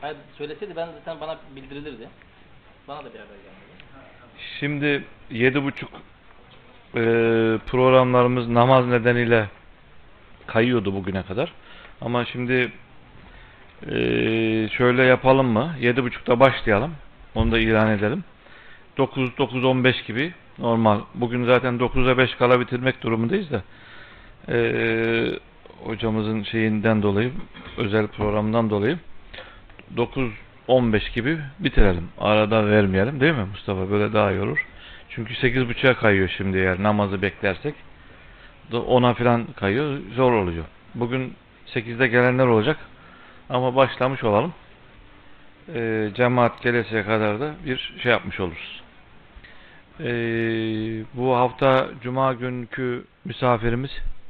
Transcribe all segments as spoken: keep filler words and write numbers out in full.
Hayır söyleseydi ben zaten bana bildirilirdi. Bana da bir haber gelmedi. Şimdi yedi buçuk e, programlarımız namaz nedeniyle kayıyordu bugüne kadar. Ama şimdi e, şöyle yapalım mı? Yedi buçukta başlayalım. Onu da ilan edelim. dokuz dokuz on beş gibi normal. Bugün zaten dokuza beş kala bitirmek durumundayız da e, hocamızın şeyinden dolayı, özel programdan dolayı dokuz on beş gibi bitirelim. Arada vermeyelim değil mi Mustafa? Böyle daha iyi olur. Çünkü sekiz buçuğa kayıyor şimdi eğer namazı beklersek. ona falan kayıyor. Zor oluyor. Bugün sekizde gelenler olacak. Ama başlamış olalım. E, cemaat gelesiye kadar da bir şey yapmış oluruz. E, bu hafta Cuma günkü misafirimiz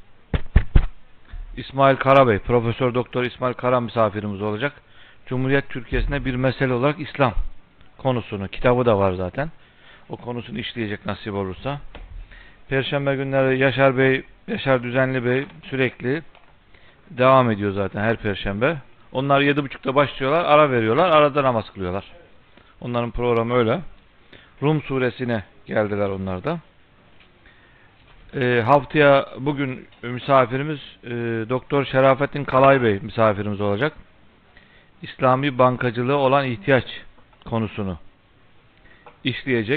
İsmail Karabey, Profesör Doktor İsmail Kara misafirimiz olacak. Cumhuriyet Türkiye'sine bir mesele olarak İslam konusunu, kitabı da var zaten. O konusunu işleyecek nasip olursa. Perşembe günleri Yaşar Bey, Yaşar Düzenli Bey sürekli devam ediyor zaten her perşembe. Onlar yedi buçukta başlıyorlar, ara veriyorlar, arada namaz kılıyorlar. Onların programı öyle. Rum suresine geldiler onlar da. E, haftaya bugün misafirimiz e, Doktor Şerafettin Kalay Bey misafirimiz olacak. İslami bankacılığı olan ihtiyaç konusunu işleyecek.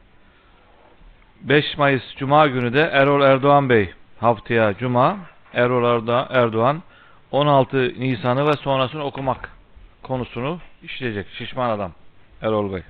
beş Mayıs Cuma günü de Erol Erdoğan Bey haftaya Cuma Erol Erdoğan on altı Nisan'ı ve sonrasını okumak konusunu işleyecek. Şişman adam Erol Bey.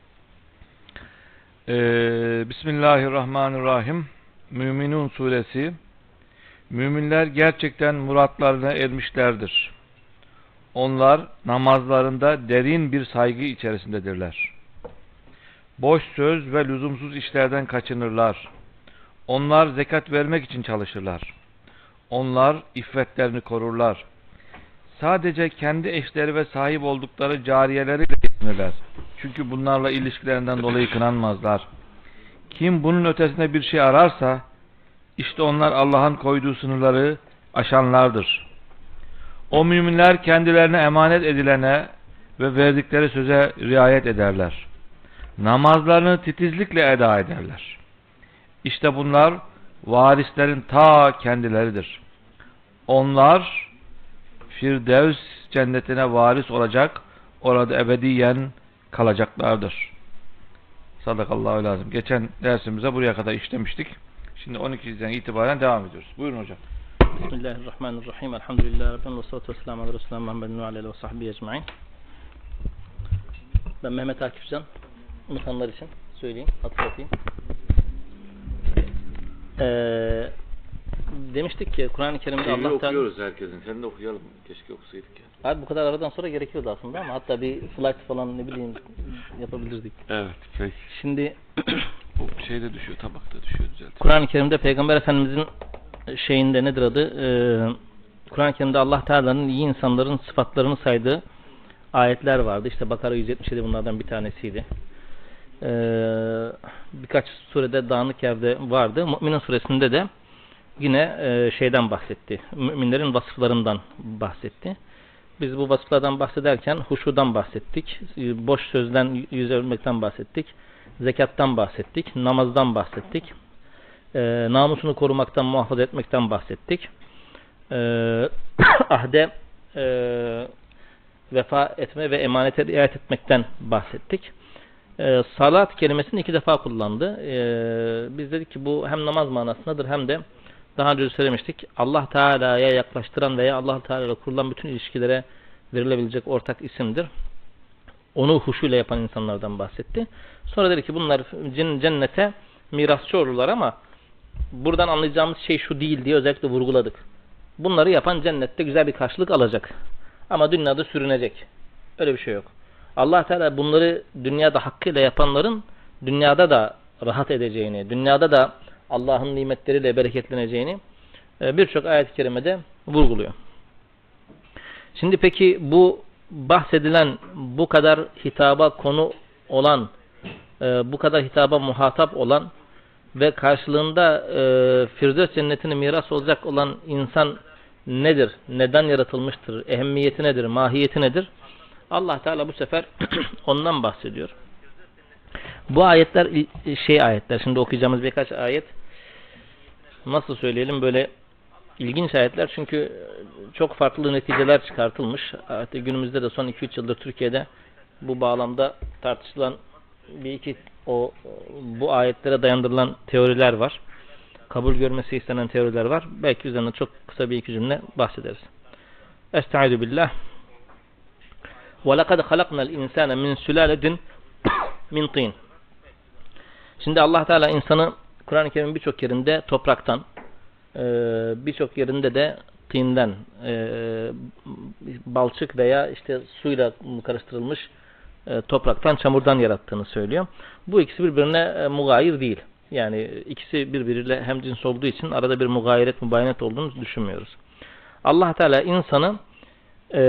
Ee, Bismillahirrahmanirrahim. Müminun suresi. Müminler gerçekten muratlarına ermişlerdir. Onlar namazlarında derin bir saygı içerisindedirler. Boş söz ve lüzumsuz işlerden kaçınırlar. Onlar zekat vermek için çalışırlar. Onlar iffetlerini korurlar. Sadece kendi eşleri ve sahip oldukları cariyeleriyle yetinirler. Çünkü bunlarla ilişkilerinden dolayı kınanmazlar. Kim bunun ötesine bir şey ararsa, işte onlar Allah'ın koyduğu sınırları aşanlardır. O müminler kendilerine emanet edilene ve verdikleri söze riayet ederler. Namazlarını titizlikle eda ederler. İşte bunlar varislerin ta kendileridir. Onlar Firdevs cennetine varis olacak, orada ebediyen kalacaklardır. Sadakallahu lazım. Geçen dersimize buraya kadar işlemiştik. Şimdi on ikiden itibaren devam ediyoruz. Buyurun hocam. Bismillahirrahmanirrahim. Elhamdülillahi Rabbil ve salatu vesselamu ala Resulullah Muhammedin ve aleyhi ve sahbihi ecmaîn. Ben Mehmet Akifcan. Unutanlar için söyleyeyim, hatırlatayım. Ee, demiştik ki Kur'an-ı Kerim'de Allah Teala okuyoruz herkesin. Sen de okuyalım. Keşke okusaydık ya. Abi bu kadar aradan sonra gerekiyordu aslında ama hatta bir slide falan ne bileyim yapabilirdik. Evet, peki. Şimdi bu şeyde düşüyor, tabakta düşüyor, düzeltiyor. Kur'an-ı Kerim'de Peygamber Efendimizin şeyinde nedir adı? Ee, Kur'an-ı Kerim'de Allah Teala'nın iyi insanların sıfatlarını saydığı ayetler vardı. İşte Bakara yüz yetmiş yedi bunlardan bir tanesiydi. Ee, birkaç surede dağınık yerde vardı. Mü'minin suresinde de yine e, şeyden bahsetti. Müminlerin vasıflarından bahsetti. Biz bu vasıflardan bahsederken huşudan bahsettik. Boş sözden yüz ölmekten bahsettik. Zekattan bahsettik. Namazdan bahsettik. E, namusunu korumaktan, muhafaza etmekten bahsettik. E, ahde e, vefa etme ve emanete riayet etmekten bahsettik. E, salat kelimesini iki defa kullandı. E, biz dedik ki bu hem namaz manasındadır hem de daha önce söylemiştik. Allah Teala'ya yaklaştıran veya Allah Teala'yla kurulan bütün ilişkilere verilebilecek ortak isimdir. Onu huşuyla yapan insanlardan bahsetti. Sonra dedi ki bunlar cennete mirasçı olurlar ama buradan anlayacağımız şey şu değil diye özellikle vurguladık. Bunları yapan cennette güzel bir karşılık alacak. Ama dünyada sürünecek. Öyle bir şey yok. Allah Teala bunları dünyada hakkıyla yapanların dünyada da rahat edeceğini, dünyada da Allah'ın nimetleriyle bereketleneceğini birçok ayet-i kerimede vurguluyor. Şimdi peki bu bahsedilen bu kadar hitaba konu olan, bu kadar hitaba muhatap olan ve karşılığında Firdevs cennetine miras olacak olan insan nedir? Neden yaratılmıştır? Ehemmiyeti nedir? Mahiyeti nedir? Allah Teala bu sefer ondan bahsediyor. Bu ayetler şey ayetler. Şimdi okuyacağımız birkaç ayet nasıl söyleyelim böyle ilginç ayetler çünkü çok farklı neticeler çıkartılmış. Artık günümüzde de son iki üç yıldır Türkiye'de bu bağlamda tartışılan bir iki o bu ayetlere dayandırılan teoriler var. Kabul görmesi istenen teoriler var. Belki üzerine çok kısa bir iki cümle bahsederiz. Estaizu billah. وَلَقَدْ خَلَقْنَا الْاِنْسَانَ مِنْ سُلَالَةٍ مِنْ طِينٍ. Şimdi Allah Teala insanı Kur'an-ı Kerim'in birçok yerinde topraktan, birçok yerinde de tinden, balçık veya işte suyla karıştırılmış topraktan, çamurdan yarattığını söylüyor. Bu ikisi birbirine mugayir değil. Yani ikisi birbiriyle hemcins olduğu için arada bir mugayiret, mübayenet olduğunu düşünmüyoruz. Allah Teala insanı e,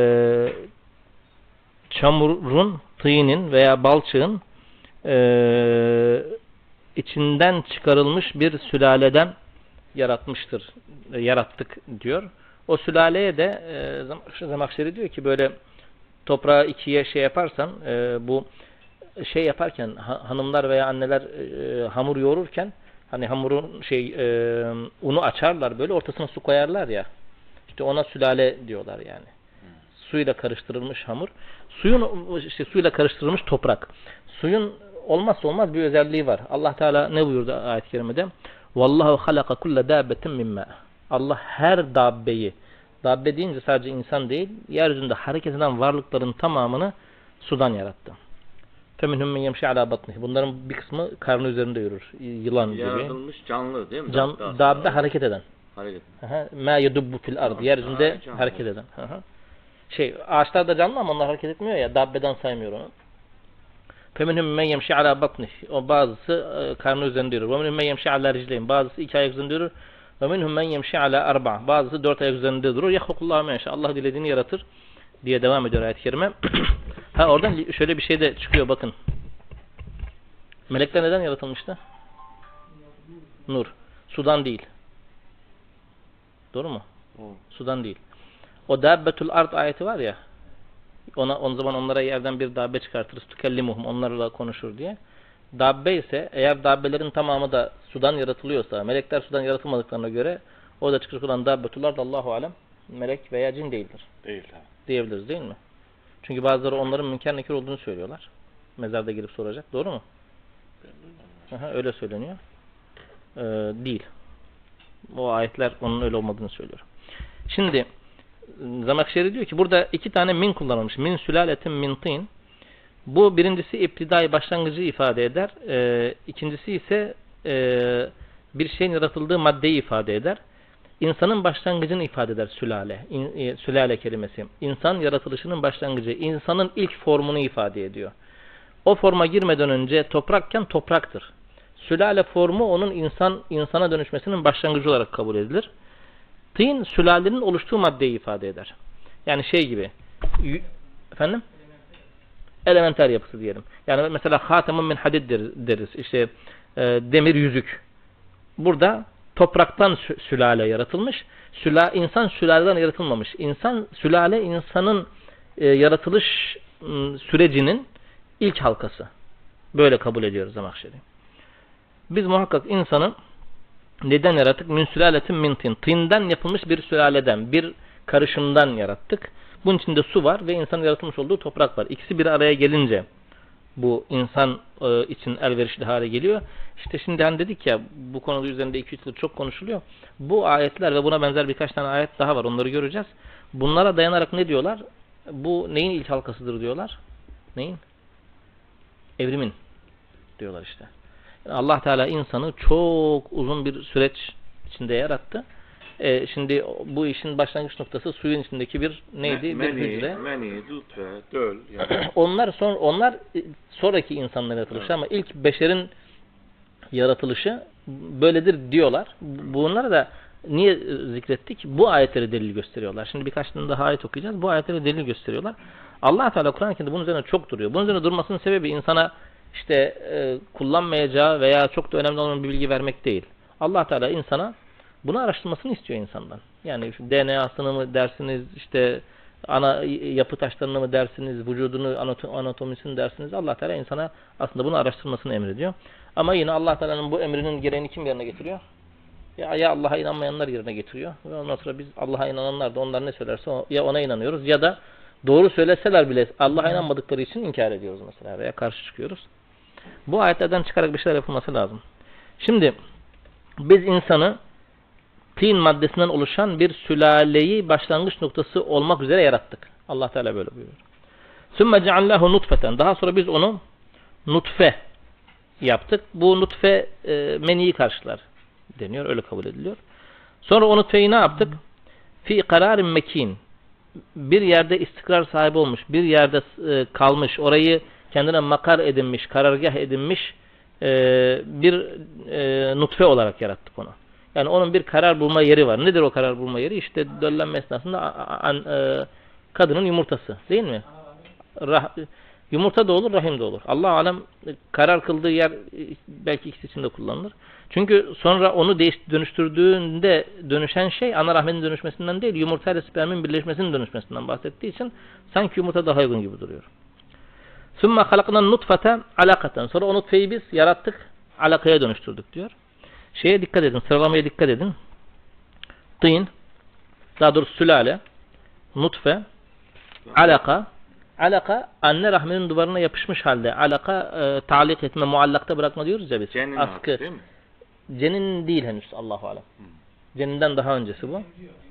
çamurun, tıyının veya balçığın e, içinden çıkarılmış bir sülaleden yaratmıştır, e, yarattık diyor. O sülaleye de e, Zemakşeri diyor ki böyle toprağı ikiye şey yaparsan e, bu şey yaparken ha, hanımlar veya anneler e, hamur yoğururken hani hamurun şey e, unu açarlar böyle ortasına su koyarlar ya işte ona sülale diyorlar yani. Hmm. Suyla karıştırılmış hamur. Suyun işte suyla karıştırılmış toprak. Suyun olmazsa olmaz bir özelliği var. Allah Teala ne buyurdu ayet-i kerimede? Vallahu halaka kulle dabbetin mimma. Allah her dabbeyi, dabbe deyince sadece insan değil, yeryüzünde hareket eden varlıkların tamamını sudan yarattı. فَمِنْهُمْ مَنْ يَمْشِي عَلَى بَطْنِهِ. Bunların bir kısmı karnı üzerinde yürür. Yılan gibi. Yaratılmış canlı değil mi? Can, dabbe hareket eden. Hareket. مَا يَدُبُّ فِي الْأَرْضِ. Yeryüzünde ha, hareket eden. Aha. Şey, ağaçlar da canlı ama onlar hareket etmiyor ya. Dabbeden saymıyor onu. فَمِنْهُمْ مَنْ يَمْشِي عَلَى بَطْنِهِ. O bazısı karnı üzerinde yürür. وَمِنْهُمْ مَنْ يَمْشِي عَلَى رِجْلَيْهِ. Bazısı iki ayak üzerinde yürür. وَمِنْهُمْ مَنْ يَمْشِي عَلَى أَرْبَعٍ. Bazısı dört ayak üzerinde durur. يَخْلُقُ اللّٰهُ مَا يَشَاءُ. Allah dilediğini yaratır diye devam ediyor ayet-i kerime. Ha oradan şöyle bir şey de çıkıyor bakın. Melekler neden yaratılmıştı? Nur. Sudan değil. Doğru mu? O. Sudan değil. O dabbetul ard ayeti var ya. Ona o zaman onlara yerden bir dabbe çıkartırız. Tükellimuhum onlarla konuşur diye. Dabbe ise eğer dabbelerin tamamı da sudan yaratılıyorsa, melekler sudan yaratılmadıklarına göre o da çıkacak olan dabbetul ard Allahu alem melek veya cin değildir. Değil tabii. Diyebiliriz değil mi? Çünkü bazıları onların münker nekir olduğunu söylüyorlar. Mezarda gelip soracak. Doğru mu? Aha, öyle söyleniyor. Ee, değil. O ayetler onun öyle olmadığını söylüyor. Şimdi Zemakşeri diyor ki burada iki tane min kullanılmış. Min sülaletin min tin. Bu birincisi iptidai başlangıcı ifade eder. Ee, ikincisi ise e, bir şeyin yaratıldığı maddeyi ifade eder. İnsanın başlangıcını ifade eder sülale. İn, e, sülale kelimesi. İnsan yaratılışının başlangıcı. İnsanın ilk formunu ifade ediyor. O forma girmeden önce toprakken topraktır. Sülale formu onun insan insana dönüşmesinin başlangıcı olarak kabul edilir. Tin sülalenin oluştuğu maddeyi ifade eder. Yani şey gibi. Efendim? Elementer yapısı diyelim. Yani mesela hatemun min hadid deriz. İşte e, demir yüzük. Burada topraktan sülale yaratılmış. Süla, insan sülaleden yaratılmamış. İnsan sülale insanın e, yaratılış m, sürecinin ilk halkası. Böyle kabul ediyoruz Zemakşeri. Biz muhakkak insanı neden yarattık? Min sülaletin min tin. Tinden yapılmış bir sülaleden, bir karışımdan yarattık. Bunun içinde su var ve insanın yaratılmış olduğu toprak var. İkisi bir araya gelince bu insan e, için elverişli hale geliyor. İşte şimdi hani dedik ya bu konuda üzerinde iki üç yıl çok konuşuluyor. Bu ayetler ve buna benzer birkaç tane ayet daha var. Onları göreceğiz. Bunlara dayanarak ne diyorlar? Bu neyin ilk halkasıdır diyorlar? Neyin? Evrimin diyorlar işte. Yani Allah Teala insanı çok uzun bir süreç içinde yarattı. Ee, şimdi bu işin başlangıç noktası suyun içindeki bir neydi? Meni, bir hücre. Meni, zütre, döl. Yani. onlar son onlar sonraki insanların yaratılışı, evet. Ama ilk beşerin yaratılışı böyledir diyorlar. Bunları da niye zikrettik? Bu ayetleri delil gösteriyorlar. Şimdi birkaç tane daha ayet okuyacağız. Bu ayetleri delil gösteriyorlar. Allah Teala Kur'an-ı Kerim'de bunun üzerine çok duruyor. Bunun üzerine durmasının sebebi insana işte e, kullanmayacağı veya çok da önemli olan bir bilgi vermek değil. Allah Teala insana bunu araştırmasını istiyor insandan. Yani D N A'sını mı dersiniz, işte ana yapı taşlarını mı dersiniz, vücudunu, anatomisini dersiniz. Allah Teala insana aslında bunu araştırmasını emrediyor. Ama yine Allah Teala'nın bu emrinin gereğini kim yerine getiriyor? Ya, ya Allah'a inanmayanlar yerine getiriyor. Ve ondan sonra biz Allah'a inananlar da onlar ne söylerse o, ya ona inanıyoruz ya da doğru söyleseler bile Allah'a inanmadıkları için inkar ediyoruz mesela veya karşı çıkıyoruz. Bu ayetlerden çıkarak bir şeyler yapılması lazım. Şimdi biz insanı tin maddesinden oluşan bir sülaleyi başlangıç noktası olmak üzere yarattık. Allah Teala böyle buyuruyor. Sümme ceallahu nutfeten. Daha sonra biz onu nutfe yaptık. Bu nutfe e, meniyi karşılar deniyor. Öyle kabul ediliyor. Sonra o nutfeyi ne yaptık? Fi kararin mekin. Bir yerde istikrar sahibi olmuş. Bir yerde e, kalmış. Orayı kendine makar edinmiş, karargah edinmiş e, bir e, nutfe olarak yarattık onu. Yani onun bir karar bulma yeri var. Nedir o karar bulma yeri? İşte döllenme esnasında a, a, e, kadının yumurtası. Değil mi? Rah, yumurta da olur, rahim de olur. Allah alem karar kıldığı yer belki ikisi için de kullanılır. Çünkü sonra onu değiş, dönüştürdüğünde dönüşen şey ana rahminin dönüşmesinden değil, yumurta ile spermin birleşmesinin dönüşmesinden bahsettiği için sanki yumurta daha uygun gibi duruyor. ثُمَّ خَلَقْنَا النُّطْفَةَ عَلَقَةً. Sonra o nutfeyi biz yarattık, alakaya dönüştürdük diyor. Şeye dikkat edin, sıralamaya dikkat edin. Tîn, daha doğrusu sülale, nutfe, alaka. Alaka, anne rahminin duvarına yapışmış halde. Alaka, e, talik etme, muallakta bırakma diyoruz ya biz. Cenin askı. Artık, değil mi? Cenin değil henüz, Allahu alem. Hmm. Ceninden daha öncesi bu.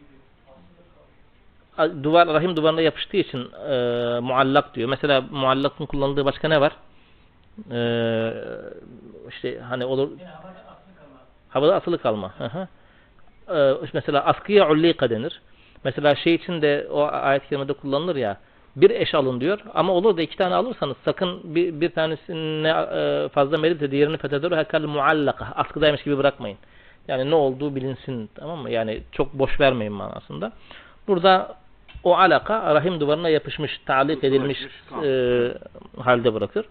Duvar, rahim duvarına yapıştığı için e, muallak diyor. Mesela muallakın kullanıldığı başka ne var? E, işte hani olur... Havada asılı kalma. Hı hı. E, mesela askıya ullika denir. Mesela şey için de o ayet-i kerimede kullanılır ya. Bir eş alın diyor. Ama olur da iki tane alırsanız sakın bir, bir tanesine e, fazla melip de diğerini fethederu hekal muallaka. Askıdaymış gibi bırakmayın. Yani ne olduğu bilinsin. Tamam mı? Yani çok boş vermeyin manasında. Burada o alaka rahim duvarına yapışmış, talik edilmiş e, halde bırakır.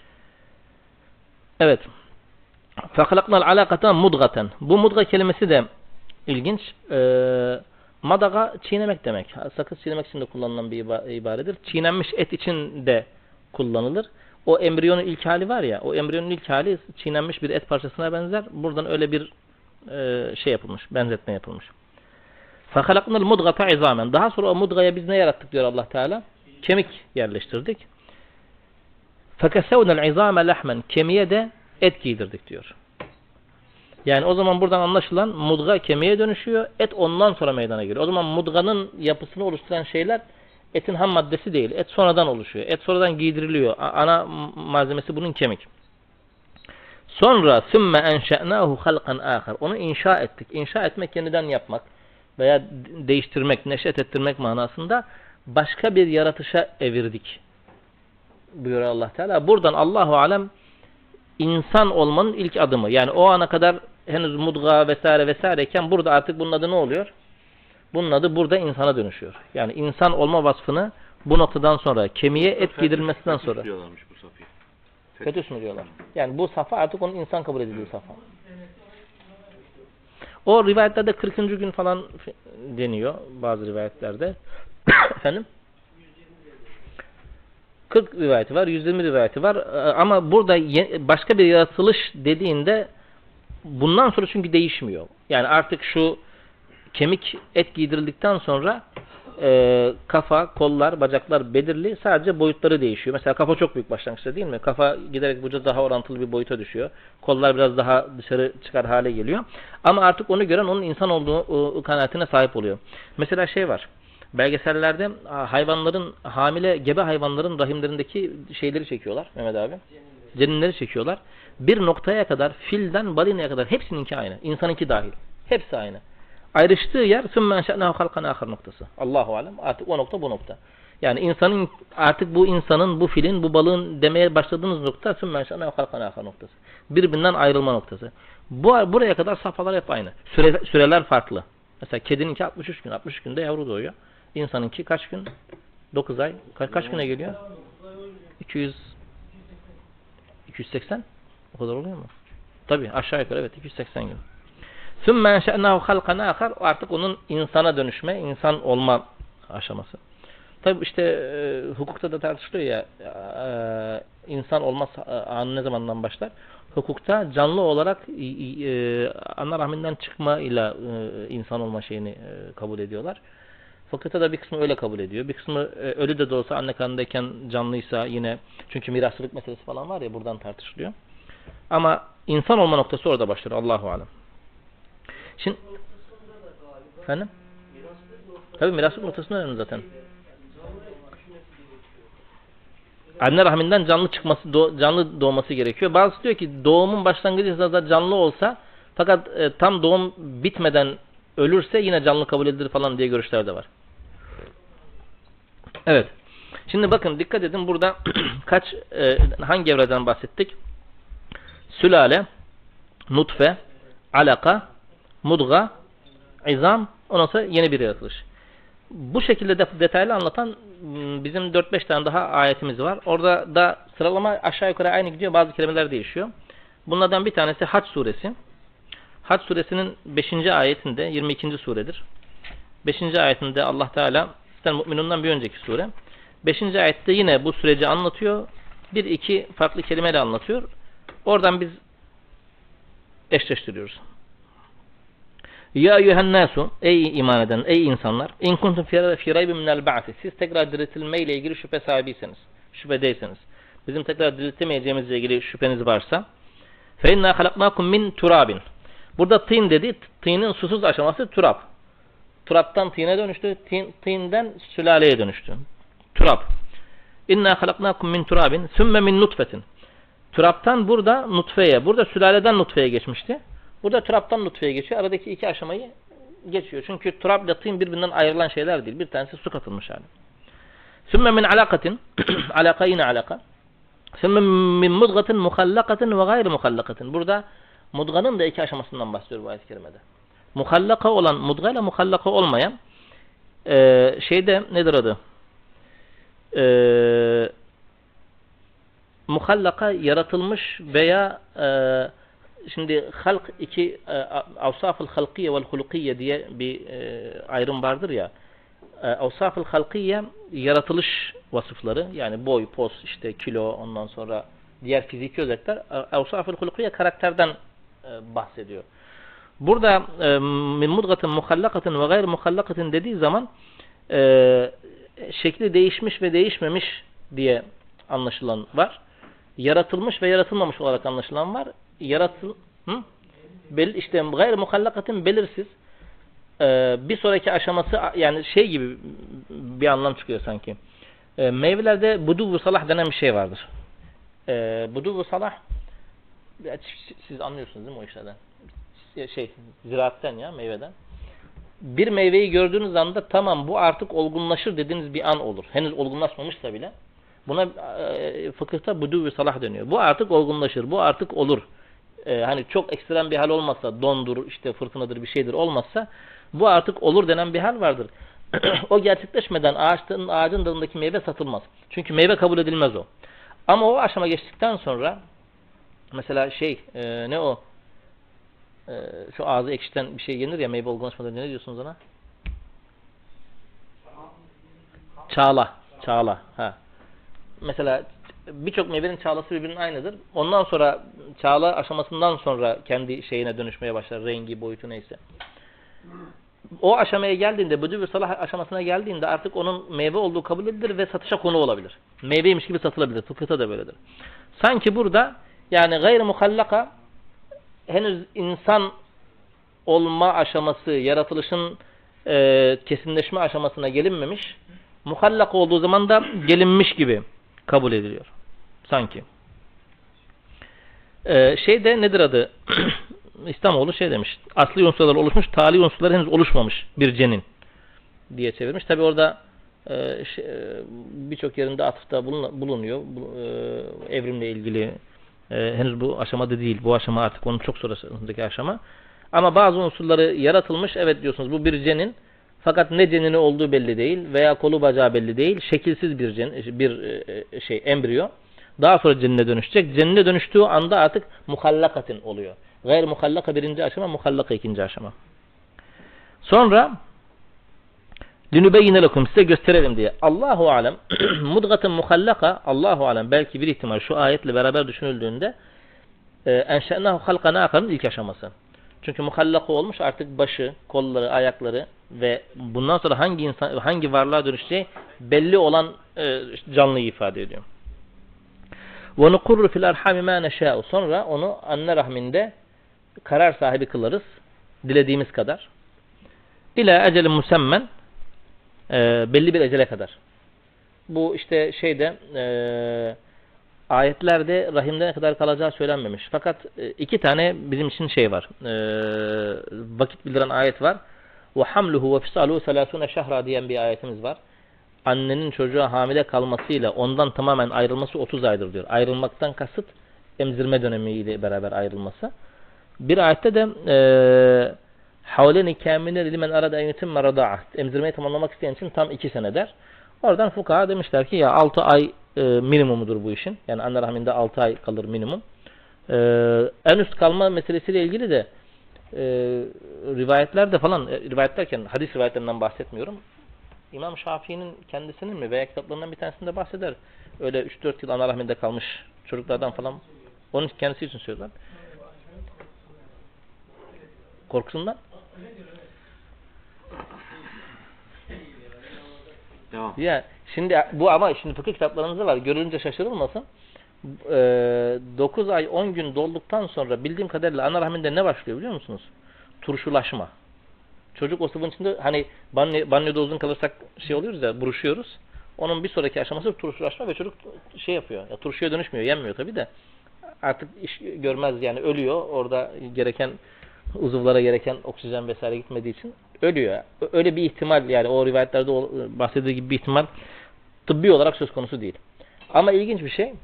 Evet. فَخَلَقْنَا الْعَلَاقَةً مُدْغَةً. Bu mudga kelimesi de ilginç. Ee, madaga çiğnemek demek. Sakız çiğnemek için de kullanılan bir ibaredir. Çiğnenmiş et için de kullanılır. O embriyonun ilk hali var ya, o embriyonun ilk hali çiğnenmiş bir et parçasına benzer. Buradan öyle bir e, şey yapılmış, benzetme yapılmış. فَخَلَقْنَا الْمُدْغَةَ عِظَامًا. Daha sonra o mudgaya biz ne yarattık diyor Allah Teala? Kemik yerleştirdik. فَكَسَوْنَا الْعِظَامَ لَحْمًا. Kemiğe de et giydirdik diyor. Yani o zaman buradan anlaşılan mudga kemiğe dönüşüyor. Et ondan sonra meydana geliyor. O zaman mudganın yapısını oluşturan şeyler etin ham maddesi değil. Et sonradan oluşuyor. Et sonradan giydiriliyor. Ana malzemesi bunun kemik. Sonra sümme enşe'nâhu halkan âkhar. Onu inşa ettik. İnşa etmek yeniden yapmak veya değiştirmek, neşet ettirmek manasında başka bir yaratışa evirdik buyuruyor Allah Teala. Buradan Allahu alem İnsan olmanın ilk adımı. Yani o ana kadar henüz mudga vesaire vesaireyken burada artık bunun adı ne oluyor? Bunun adı burada insana dönüşüyor. Yani insan olma vasfını bu noktadan sonra kemiğe et giydirilmesinden sonra. Fetüs diyorlarmış bu safhayı. Fetüs mü diyorlar? Yani bu safa artık onun insan kabul edildiği safa. O rivayetlerde kırkıncı gün falan deniyor bazı rivayetlerde. Efendim? kırk rivayeti var, yüz yirmi rivayeti var. Ama burada başka bir yaratılış dediğinde bundan sonra çünkü değişmiyor. Yani artık şu kemik et giydirildikten sonra e, kafa, kollar, bacaklar belirli. Sadece boyutları değişiyor. Mesela kafa çok büyük başlangıçta değil mi? Kafa giderek vücuda daha orantılı bir boyuta düşüyor. Kollar biraz daha dışarı çıkar hale geliyor. Ama artık onu gören onun insan olduğu kanaatine sahip oluyor. Mesela şey var. Belgesellerde hayvanların, hamile gebe hayvanların rahimlerindeki şeyleri çekiyorlar Mehmet abi. Ceninleri çekiyorlar. Bir noktaya kadar filden balinaya kadar hepsininki aynı. İnsanınki dahil. Hepsi aynı. Ayrıştığı yer sümme enşe'nâhu halkan âkhar noktası. Allahu alem. Artık o nokta bu nokta. Yani insanın artık bu insanın, bu filin, bu balığın demeye başladığınız nokta sümme enşe'nâhu halkan âkhar noktası. Birbirinden ayrılma noktası. Bu buraya kadar safhalar hep aynı. Süre, süreler farklı. Mesela kedininki altmış üç gün. altmış üç günde yavru doğuyor. İnsanınki kaç gün? dokuz ay. Ka kaç güne geliyor? iki yüz iki yüz seksen? O kadar oluyor mu? Tabii aşağı yukarı evet iki yüz seksen gün. ثُمَّ اَنْشَأْنَاهُ خَلْقًا آخَرَ. Artık onun insana dönüşme, insan olma aşaması. Tabi işte e, hukukta da tartışılıyor ya, e, insan olmaz anı ne zamandan başlar? Hukukta canlı olarak e, e, ana rahminden çıkma ile e, insan olma şeyini e, kabul ediyorlar. Fıkıhta da bir kısmı öyle kabul ediyor. Bir kısmı e, ölü de de olsa anne karnındayken canlıysa yine, çünkü mirasçılık meselesi falan var ya, buradan tartışılıyor. Ama insan olma noktası orada başlıyor. Allahu alem. Şimdi efendim? Tabii mirasçılık noktasında önemli zaten. Anne rahminden canlı çıkması, do, canlı doğması gerekiyor. Bazısı diyor ki doğumun başlangıcı da canlı olsa, fakat e, tam doğum bitmeden ölürse yine canlı kabul edilir falan diye görüşler de var. Evet. Şimdi bakın dikkat edin, burada kaç e, hangi evreden bahsettik? Sülale, nutfe, alaka, mudga, izam, ondan sonra yeni bir yaratılış. Bu şekilde de detaylı anlatan bizim dört beş tane daha ayetimiz var. Orada da sıralama aşağı yukarı aynı gidiyor. Bazı kelimeler değişiyor. Bunlardan bir tanesi Hac suresi. Hac suresinin beşinci ayetinde, yirmi ikinci suredir. beşinci ayetinde Allah Teala, zaten Mü'minun'dan bir önceki sure. beşinci ayette yine bu süreci anlatıyor. Bir iki farklı kelimeyle anlatıyor. Oradan biz eşleştiriyoruz. Ya eyyühennâsu, ey iman eden, ey insanlar, in kuntum fî raybin minel ba'si, siz tekrar diriltilmeyle ilgili şüphe sahibiyseniz, şüphedeyseniz, bizim tekrar diriltemeyeceğimizle ilgili şüpheniz varsa, fe innâ halaknâkum min turabin. Burada tîn dedi, tînin susuz aşaması turab. Turaptan tîne dönüştü, tîn, tînden sülaleye dönüştü. Turab. İnnâ halaknâkum min turabin, sümme min nutfetin. Turaptan burada nutfeye, burada sülaleden nutfeye geçmişti. Burada turaptan nutfeye geçiyor. Aradaki iki aşamayı geçiyor. Çünkü turab ile tîn birbirinden ayrılan şeyler değil. Bir tanesi su katılmış hali. Sümme min alakatin, alaka yine alaka. Sümme min mudgatin muhallakatin ve gayri muhallakatin. Burada mudganın da iki aşamasından bahsediyor bu ayet-i kerimede. Muhallaka olan, mudga ile muhallaka olmayan e, şeyde nedir adı? E, muhallaka yaratılmış veya e, şimdi halk iki e, avsaf-ı halkiye vel hulukiye diye bir e, ayrım vardır ya. E, avsaf-ı halkiye yaratılış vasıfları, yani boy, pos, işte kilo, ondan sonra diğer fiziki özellikler. Avsaf-ı hulukiye karakterden e, bahsediyor. Burada e, min mudgatin muhallakatin ve gayr muhallakatin dediği zaman e, şekli değişmiş ve değişmemiş diye anlaşılan var. Yaratılmış ve yaratılmamış olarak anlaşılan var. Yaratıl hı? Bel, işte gayr muhallakatin belirsiz. Ee, bir sonraki aşaması, yani şey gibi bir anlam çıkıyor sanki. Ee, meyvelerde budu-u salah denen bir şey vardır. Ee, budu-u salah, siz anlıyorsunuz değil mi o işlerden? Şey, ziraatten ya, meyveden. Bir meyveyi gördüğünüz anda tamam bu artık olgunlaşır dediğiniz bir an olur. Henüz olgunlaşmamışsa bile. Buna e, fıkıhta budu-u salah deniyor. Bu artık olgunlaşır, bu artık olur. E, hani çok ekstrem bir hal olmazsa, dondur, işte fırtınadır, bir şeydir olmazsa, bu artık olur denen bir hal vardır. O gerçekleşmeden ağaçın, ağacın dalındaki meyve satılmaz. Çünkü meyve kabul edilmez o. Ama o aşama geçtikten sonra, mesela şey, e, ne o? E, şu ağzı ekşiten bir şey yenir ya, meyve olgunlaşmadan, ne diyorsunuz ona? Çağla. Çağla. Ha. Mesela birçok meyvenin çağlası birbirinin aynıdır. Ondan sonra çağla aşamasından sonra kendi şeyine dönüşmeye başlar. Rengi, boyutu neyse. O aşamaya geldiğinde, budu-u salah aşamasına geldiğinde artık onun meyve olduğu kabul edilir ve satışa konu olabilir. Meyveymiş gibi satılabilir. Fıkıhta da böyledir. Sanki burada yani gayr-i muhallaka, henüz insan olma aşaması, yaratılışın e, kesinleşme aşamasına gelinmemiş. Muhallaka olduğu zaman da gelinmiş gibi kabul ediliyor. Sanki. Ee, şey de nedir adı? İslamoğlu şey demiş. Asli unsurlar oluşmuş, tali unsurlar henüz oluşmamış bir cenin diye çevirmiş. Tabi orada e, şey, birçok yerinde atıfta bulunuyor. Bu, e, evrimle ilgili e, henüz bu aşamada değil. Bu aşama artık onun çok sonrasındaki aşama. Ama bazı unsurları yaratılmış. Evet diyorsunuz, bu bir cenin. Fakat ne cenini olduğu belli değil veya kolu bacağı belli değil. Şekilsiz bir cen, bir şey, embriyo. Daha sonra cenine dönüşecek. Cenine dönüştüğü anda artık muhallakatin oluyor. Gayr muhallaka birinci aşama, muhallaka ikinci aşama. Sonra Linübeyyine lekum, size gösterelim diye. Allahu alem mudgatun muhallaka, Allahu alem, belki bir ihtimal şu ayetle beraber düşünüldüğünde enşe'nahu halkan akarın ilk aşaması. Çünkü muhallaka olmuş, artık başı, kolları, ayakları ve bundan sonra hangi insan, hangi varlığa dönüşeceği belli olan e, canlıyı ifade ediyor. Ve nukurru fil arhami ma neşâ'u, sonra onu anne rahminde karar sahibi kılarız dilediğimiz kadar. İlâ ecelin musemmen, e, belli bir ecele kadar. Bu işte şeyde e, ayetlerde rahimde ne kadar kalacağı söylenmemiş. Fakat e, iki tane bizim için şey var. E, vakit bildiren ayet var. Ve hamluhu ve fisaluhu selasune şehra diyen bir ayetimiz var. Annenin çocuğa hamile kalmasıyla ondan tamamen ayrılması otuz aydır diyor. Ayrılmaktan kasıt emzirme dönemiyle beraber ayrılması. Bir ayette de eee havleni kâmine limen arada en yetimme radâ'a, emzirmeyi tamamlamak isteyen için tam iki sene der. Oradan fukaha demişler ki ya altı ay e, minimumudur bu işin. Yani anne rahminde altı ay kalır minimum. E, en üst kalma meselesiyle ilgili de e, rivayetlerde falan, e, rivayet derken hadis rivayetlerinden bahsetmiyorum. İmam Şafii'nin kendisinin mi veya kitaplarından bir tanesinde bahseder. Öyle üç dört yıl ana rahminde kalmış çocuklardan falan. Onun kendisi için söylüyorlar. Korkusundan. Devam. Ya şimdi bu ama şimdi fıkıh kitaplarımızda var. Görülünce şaşırılmasın. Ee, dokuz ay on gün dolduktan sonra bildiğim kadarıyla ana rahminde ne başlıyor biliyor musunuz? Turşulaşma. Çocuk o sıvının içinde, hani banyo, banyoda uzun kalırsak şey oluyoruz ya, buruşuyoruz. Onun bir sonraki aşaması turşulaşma ve çocuk şey yapıyor. Ya, turşuya dönüşmüyor, yenmiyor tabii de. Artık iş görmez yani, ölüyor. Orada gereken uzuvlara gereken oksijen vesaire gitmediği için ölüyor. Öyle bir ihtimal, yani o rivayetlerde bahsedildiği gibi bir ihtimal tıbbi olarak söz konusu değil. Ama ilginç bir şey,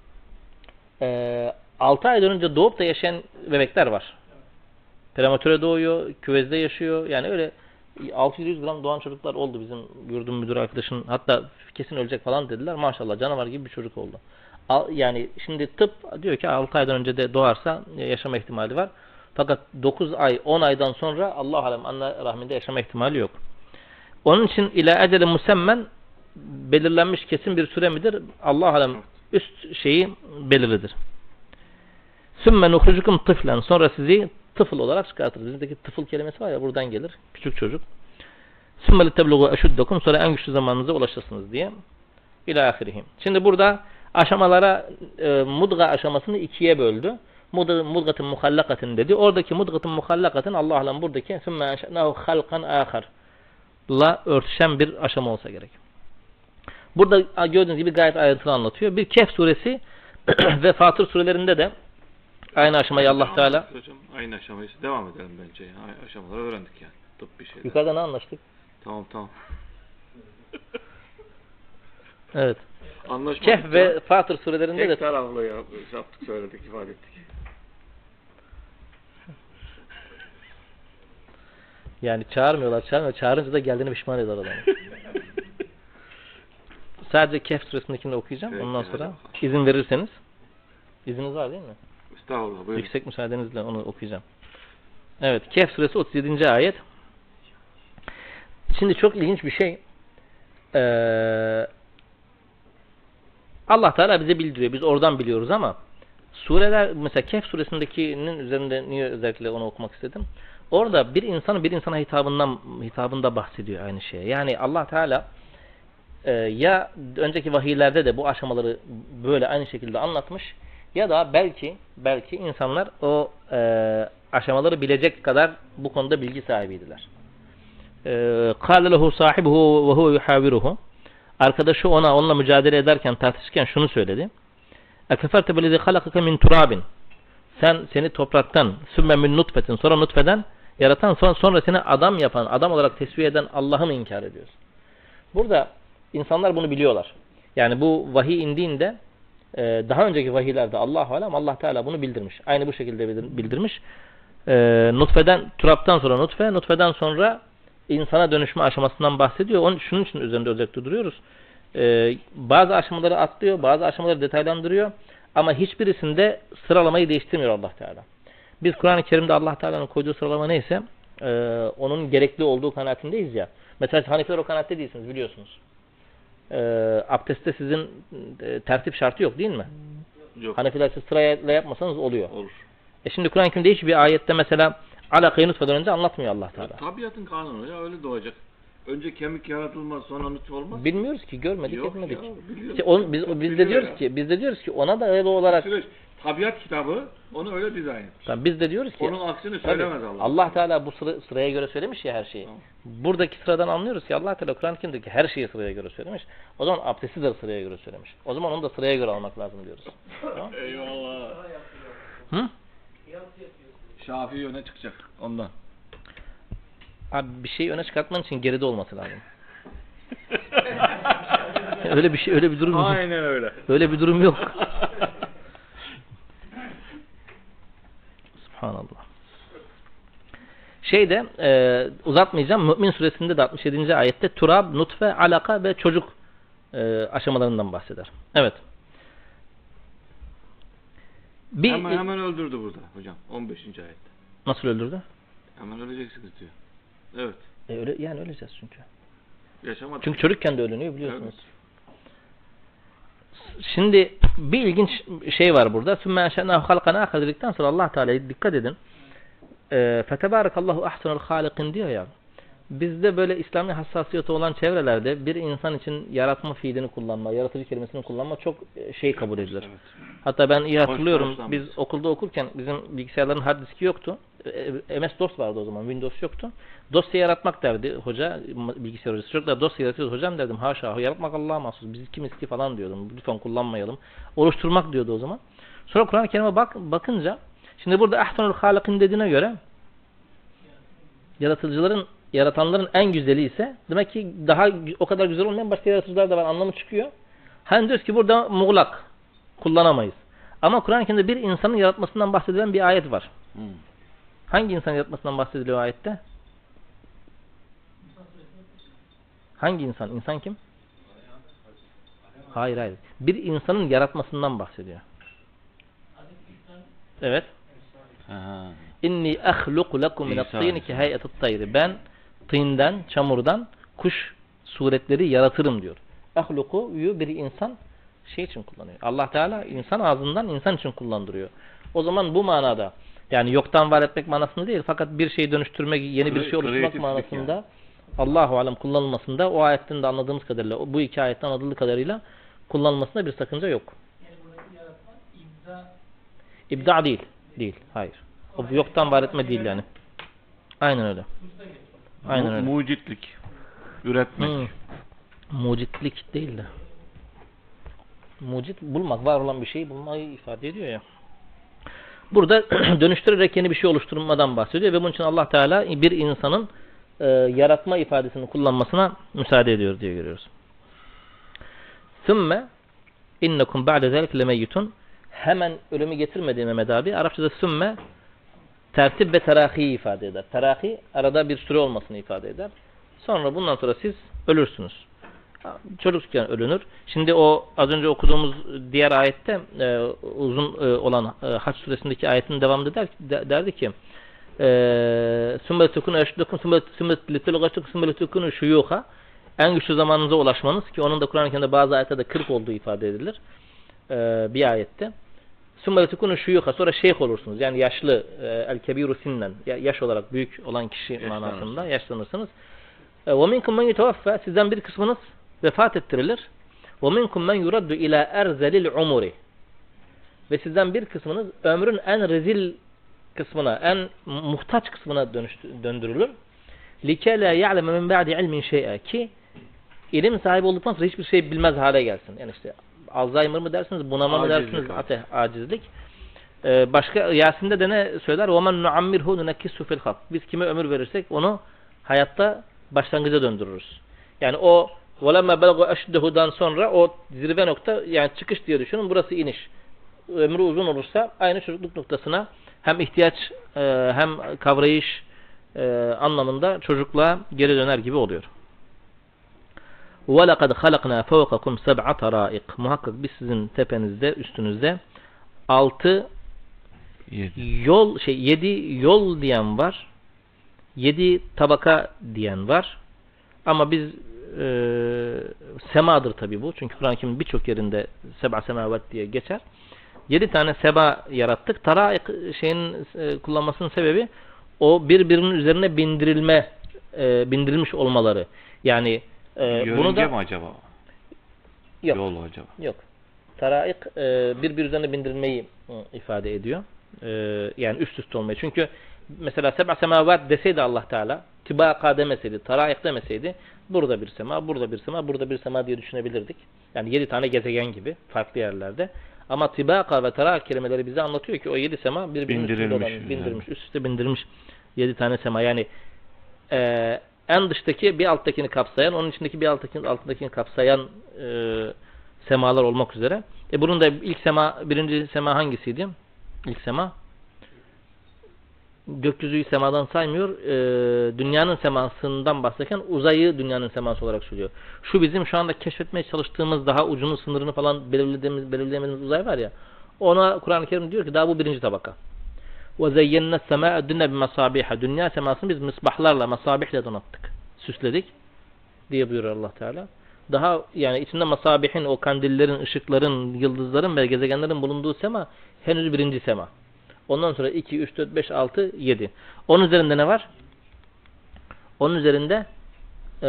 altı aydan önce doğup da yaşayan bebekler var. Prematüre doğuyor, küvezde yaşıyor. Yani öyle altı yüz gram doğan çocuklar oldu bizim yurdun müdür arkadaşın. Hatta kesin ölecek falan dediler. Maşallah canavar gibi bir çocuk oldu. Yani şimdi tıp diyor ki altı aydan önce de doğarsa yaşama ihtimali var. Fakat dokuz ay on aydan sonra Allah alem anne rahminde yaşama ihtimali yok. Onun için ila ecele musemmen, belirlenmiş kesin bir süre midir? Allah alem üst şeyi belirlidir. Sümme nuhricukum tıflen, sonra sizi tıfıl olarak çıkartırız. Bizdeki tıfıl kelimesi var ya, buradan gelir. Küçük çocuk. Sümme litebluğu eşuddekum, sonra en güçlü zamanınıza ulaşırsınız diye. İlâ ahirihim. Şimdi burada aşamalara e, mudga aşamasını ikiye böldü. Mudgatın muhallakatin dedi. Oradaki mudgatın muhallakatin Allah alem buradaki sümme enşe'nahu halkan âkhar la örtüşen bir aşama olsa gerek. Burada gördüğünüz gibi gayet ayrıntılı anlatıyor. Bir Kehf suresi ve Fatır surelerinde de aynı aşamayı Allah Teala. Hocam, aynı aşamayı devam edelim bence. Aynı aşamaları öğrendik yani. Tıp bir şeyler. Yukarıda ne anlaştık? Tamam tamam. Evet. Anlaşmadık. Kehf ve Fatır surelerinde Tek de taraflı yaptık, söyledik, ifade ettik. yani çağırmıyorlar, çağırmıyorlar. Çağırınca da geldiğini pişman ediyorlar adamı. Sadece Kehf suresindekini okuyacağım. Evet, ondan evet. sonra izin verirseniz. İzniniz var değil mi? Estağfurullah, buyurun. Yüksek müsaadenizle onu okuyacağım. Evet, Kehf suresi otuz yedinci ayet. Şimdi çok ilginç bir şey. Ee, Allah Teala bize bildiriyor. Biz oradan biliyoruz ama sureler, mesela Kehf suresindekinin üzerinde niye özellikle onu okumak istedim? Orada bir insanın bir insana hitabından hitabında bahsediyor aynı şeye. Yani Allah Teala e, ya önceki vahiylerde de bu aşamaları böyle aynı şekilde anlatmış, ya da belki belki insanlar o e, aşamaları bilecek kadar bu konuda bilgi sahibiydiler. قَالَ لَهُ صَاحِبُهُ وَهُوَ يُحَاوِرُهُ, arkadaşı ona onunla mücadele ederken, tartışırken şunu söyledi. اَكَفَرْتَ بَلَذِي خَلَقَكَ مِنْ تُرَابٍ, sen seni topraktan, sümme min nutfetin, sonra nutfeden yaratan, sonra, sonra seni adam yapan, adam olarak tesviye eden Allah'ı mı inkar ediyorsun? Burada insanlar bunu biliyorlar. Yani bu vahiy indiğinde daha önceki vahiylerde Allahu alem Allah Teala bunu bildirmiş. Aynı bu şekilde bildirmiş. Nutfeden, turaptan sonra nutfe, nutfeden sonra insana dönüşme aşamasından bahsediyor. Onun, şunun için üzerinde özellikle duruyoruz. Ee, bazı aşamaları atlıyor, bazı aşamaları detaylandırıyor. Ama hiçbirisinde sıralamayı değiştirmiyor Allah Teala. Biz Kur'an-ı Kerim'de Allah Teala'nın koyduğu sıralama neyse, e, onun gerekli olduğu kanaatindeyiz ya. Mesela Hanefiler o kanaatte değilsiniz biliyorsunuz. E, abdestte sizin e, tertip şartı yok değil mi? Yok. Hanefiler siz sırayla yapmasanız oluyor. Olur. E şimdi Kur'an-ı Kerim'de hiçbir ayette mesela alakayı nutfeden önce anlatmıyor Allah Ya, Teala. tabiatın kanunu ya öyle doğacak. Önce kemik yaratılmaz sonra nutfe olmaz. Bilmiyoruz ki, görmedik, Yok etmedik. ya, biliyoruz. İşte onu, biz, biz de Biliyor diyoruz ya. ki, biz de diyoruz ki ona da öyle olarak. Süreç. Tabiat kitabı onu öyle dizayn etmiş. Tamam, biz de diyoruz ki Onun aksini tabii, söylemez Allah. Allah Teala bu sıra, sıraya göre söylemiş ya her şeyi. Tamam. Buradaki sıradan anlıyoruz ki Allah Teala Kur'an-ı Kerim'deki her şeyi sıraya göre söylemiş. O zaman abdesti de sıraya göre söylemiş. O zaman onu da sıraya göre almak lazım diyoruz. Tamam? Eyvallah. Hı? Şafii öne çıkacak ondan. Abi bir şeyi öne çıkartman için geride olması lazım. öyle bir şey, öyle bir durum yok. Aynen öyle. Öyle bir durum yok. Subhanallah. Şeyde e, uzatmayacağım. Mü'min suresinde de altmış yedinci ayette turab, nutfe, alaka ve çocuk e, aşamalarından bahseder. Evet. Bir, hemen hemen öldürdü burada hocam on beşinci ayette. Nasıl öldürdü? Hemen öleceksiniz diyor. Evet. E, öyle, yani öleceğiz çünkü. Yaşamadık. Çünkü çocukken de ölünüyor biliyorsunuz. Evet. Şimdi bir ilginç şey var burada. Sümme enşe'nâhu halkan âkhar dedikten sonra Allah Teala'ya dikkat edin. E, Fetebârekallahu ahsenul hâlikin diyor ya. Bizde böyle İslami hassasiyeti olan çevrelerde bir insan için yaratma fiilini kullanma, yaratıcı kelimesini kullanma çok şey kabul edilir. Evet. Hatta ben iyi hatırlıyorum. Biz okulda okurken bizim bilgisayarların hard diski yoktu. M S DOS vardı o zaman. Windows yoktu. Dosya yaratmak derdi hoca, bilgisayar hocası. Çocuklar dosya yaratıyoruz hocam derdim. Haşa, yaratmak Allah'a mahsus. Biz kimiz ki falan diyordum. Lütfen kullanmayalım. Oluşturmak diyordu o zaman. Sonra Kur'an-ı Kerim'e bak, bakınca şimdi burada ahsenul halikin dediğine göre yaratıcıların, yaratanların en güzeli ise demek ki daha o kadar güzel olmayan başka yaratıcılar da var. Anlamı çıkıyor. Hani diyoruz ki burada muğlak kullanamayız. Ama Kur'an-ı Kerim'de bir insanın yaratmasından bahsedilen bir ayet var. Hmm. Hangi insanın yaratmasından bahsediliyor ayette? Hangi insan? İnsan kim? Hayır hayır. Bir insanın yaratmasından bahsediyor. Evet. İnni ahluqu lekum min at-tin ki hay'atut tayr. Ben tıyından, çamurdan kuş suretleri yaratırım diyor. Ahluqu'yu bir insan şey için kullanıyor. Allah Teala insan ağzından insan için kullandırıyor. O zaman bu manada yani yoktan var etmek manasında değil fakat bir şeyi dönüştürmek, yeni bir şey oluşturmak manasında yani. Allahu alem kullanılmasında o ayetten de anladığımız kadarıyla, bu iki ayetten anladığı kadarıyla kullanılmasında bir sakınca yok. Yani buradaki yaratma ibda İbda değil. Değil. Hayır. O yoktan var etme değil yani. Aynen öyle. Aynen öyle. Mucitlik. Üretmek. Hmm. Mucitlik değil de. Mucit bulmak, var olan bir şeyi bulmayı ifade ediyor ya. Burada dönüştürerek yeni bir şey oluşturmadan bahsediyor ve bunun için Allah Teala bir insanın e, yaratma ifadesini kullanmasına müsaade ediyor diye görüyoruz. Sümme innekum ba'de zelik lemeyyitun. Hemen ölümü getirmediği Mehmet abi. Arapçada sümme tertip ve terahiyi ifade eder. Terahi arada bir süre olmasını ifade eder. Sonra bundan sonra siz ölürsünüz. Çocukken ölünür. Şimdi o az önce okuduğumuz diğer ayette e, uzun e, olan e, Hac suresindeki ayetin devamında der, de, derdi ki sümbeletukunu eşdukum sümbeletukunu sümbeletukunu şuyuha en güçlü zamanınıza ulaşmanız ki onun da Kur'an-ı Kerim'de bazı ayetlerde kırk olduğu ifade edilir. E, bir ayette. Sümbeletukunu şuyuha sonra şeyh olursunuz. Yani yaşlı e, el-kebiru sinnen yaş olarak büyük olan kişi Yaşlanırsın. manasında yaşlanırsınız. وَمِنْكُمْ مَنْ يُتَوَفَّى sizden bir kısmınız vefat ettirilir. وَمِنْكُمْ مَنْ يُرَدُّ اِلَى اَرْزَلِ الْعُمُرِ ve sizden bir kısmınız ömrün en rezil kısmına, en muhtaç kısmına döndürülür. لِكَ لَا يَعْلَمَ مِنْ بَعْدِ عِلْمٍ شَيْئًا ki ilim sahibi olduktan sonra hiçbir şey bilmez hale gelsin. Yani işte Alzheimer mı dersiniz, bunama mı dersiniz, ate, acizlik. Ee, başka Yasin'de de ne söyler? وَمَنْ نُعَمِّرْهُ نُنَكِّسُ فِي الْخَلْقِ biz kime ömür verirsek onu hayatta başlangıca döndürürüz. Yani o وَلَمَّا بَلَغُ اَشْدَهُ'dan sonra o zirve nokta yani çıkış diye düşünün. Burası iniş. Ömrü uzun olursa aynı çocukluk noktasına hem ihtiyaç hem kavrayış anlamında çocukluğa geri döner gibi oluyor. وَلَقَدْ خَلَقْنَا فَوْقَكُمْ سَبْعَ طَرَائِقٍ muhakkak biz sizin tepenizde, üstünüzde altı yol şey yedi yol diyen var. Yedi tabaka diyen var. Ama biz e, semadır tabi bu. Çünkü Kur'an-ı Kerim'in birçok yerinde seb'a semavat diye geçer. Yedi tane seba yarattık. Taraik şeyin e, kullanmasının sebebi o birbirinin üzerine bindirilme e, bindirilmiş olmaları. Yani e, bunu da mi acaba? yok. Yol acaba? Yok. Taraik e, birbir üzerine bindirilmeyi e, ifade ediyor. E, yani üst üste olmayı. Çünkü mesela seb'a semavat deseydi Allah Teala, tibaka demeseydi, taraik demeseydi, burada bir sema, burada bir sema, burada bir sema diye düşünebilirdik. Yani yedi tane gezegen gibi farklı yerlerde. Ama tibaka ve taraik kelimeleri bize anlatıyor ki o yedi sema birbirinin üstünde olan, bindirilmiş, üst üste bindirilmiş yedi tane sema. Yani e, en dıştaki bir alttakini kapsayan, onun içindeki bir alttakini, altındakini kapsayan e, semalar olmak üzere. E bunun da ilk sema, birinci sema hangisiydi? İlk sema gökyüzüyü semadan saymıyor. E, dünyanın semasından bahsederken uzayı dünyanın seması olarak söylüyor. Şu bizim şu anda keşfetmeye çalıştığımız daha ucunu, sınırını falan belirlediğimiz, belirleyemediğimiz uzay var ya. Ona Kur'an-ı Kerim diyor ki daha bu birinci tabaka. وَزَيَّنَّ السَّمَاءَ الدُّنَّا بِمَصَابِحَ Dünya semasını biz misbahlarla, masabihle donattık. Süsledik diye buyuruyor Allah Teala. Daha yani içinde masabihin, o kandillerin, ışıkların, yıldızların ve gezegenlerin bulunduğu sema henüz birinci sema. Ondan sonra iki, üç, dört, beş, altı, yedi. Onun üzerinde ne var? Onun üzerinde ee,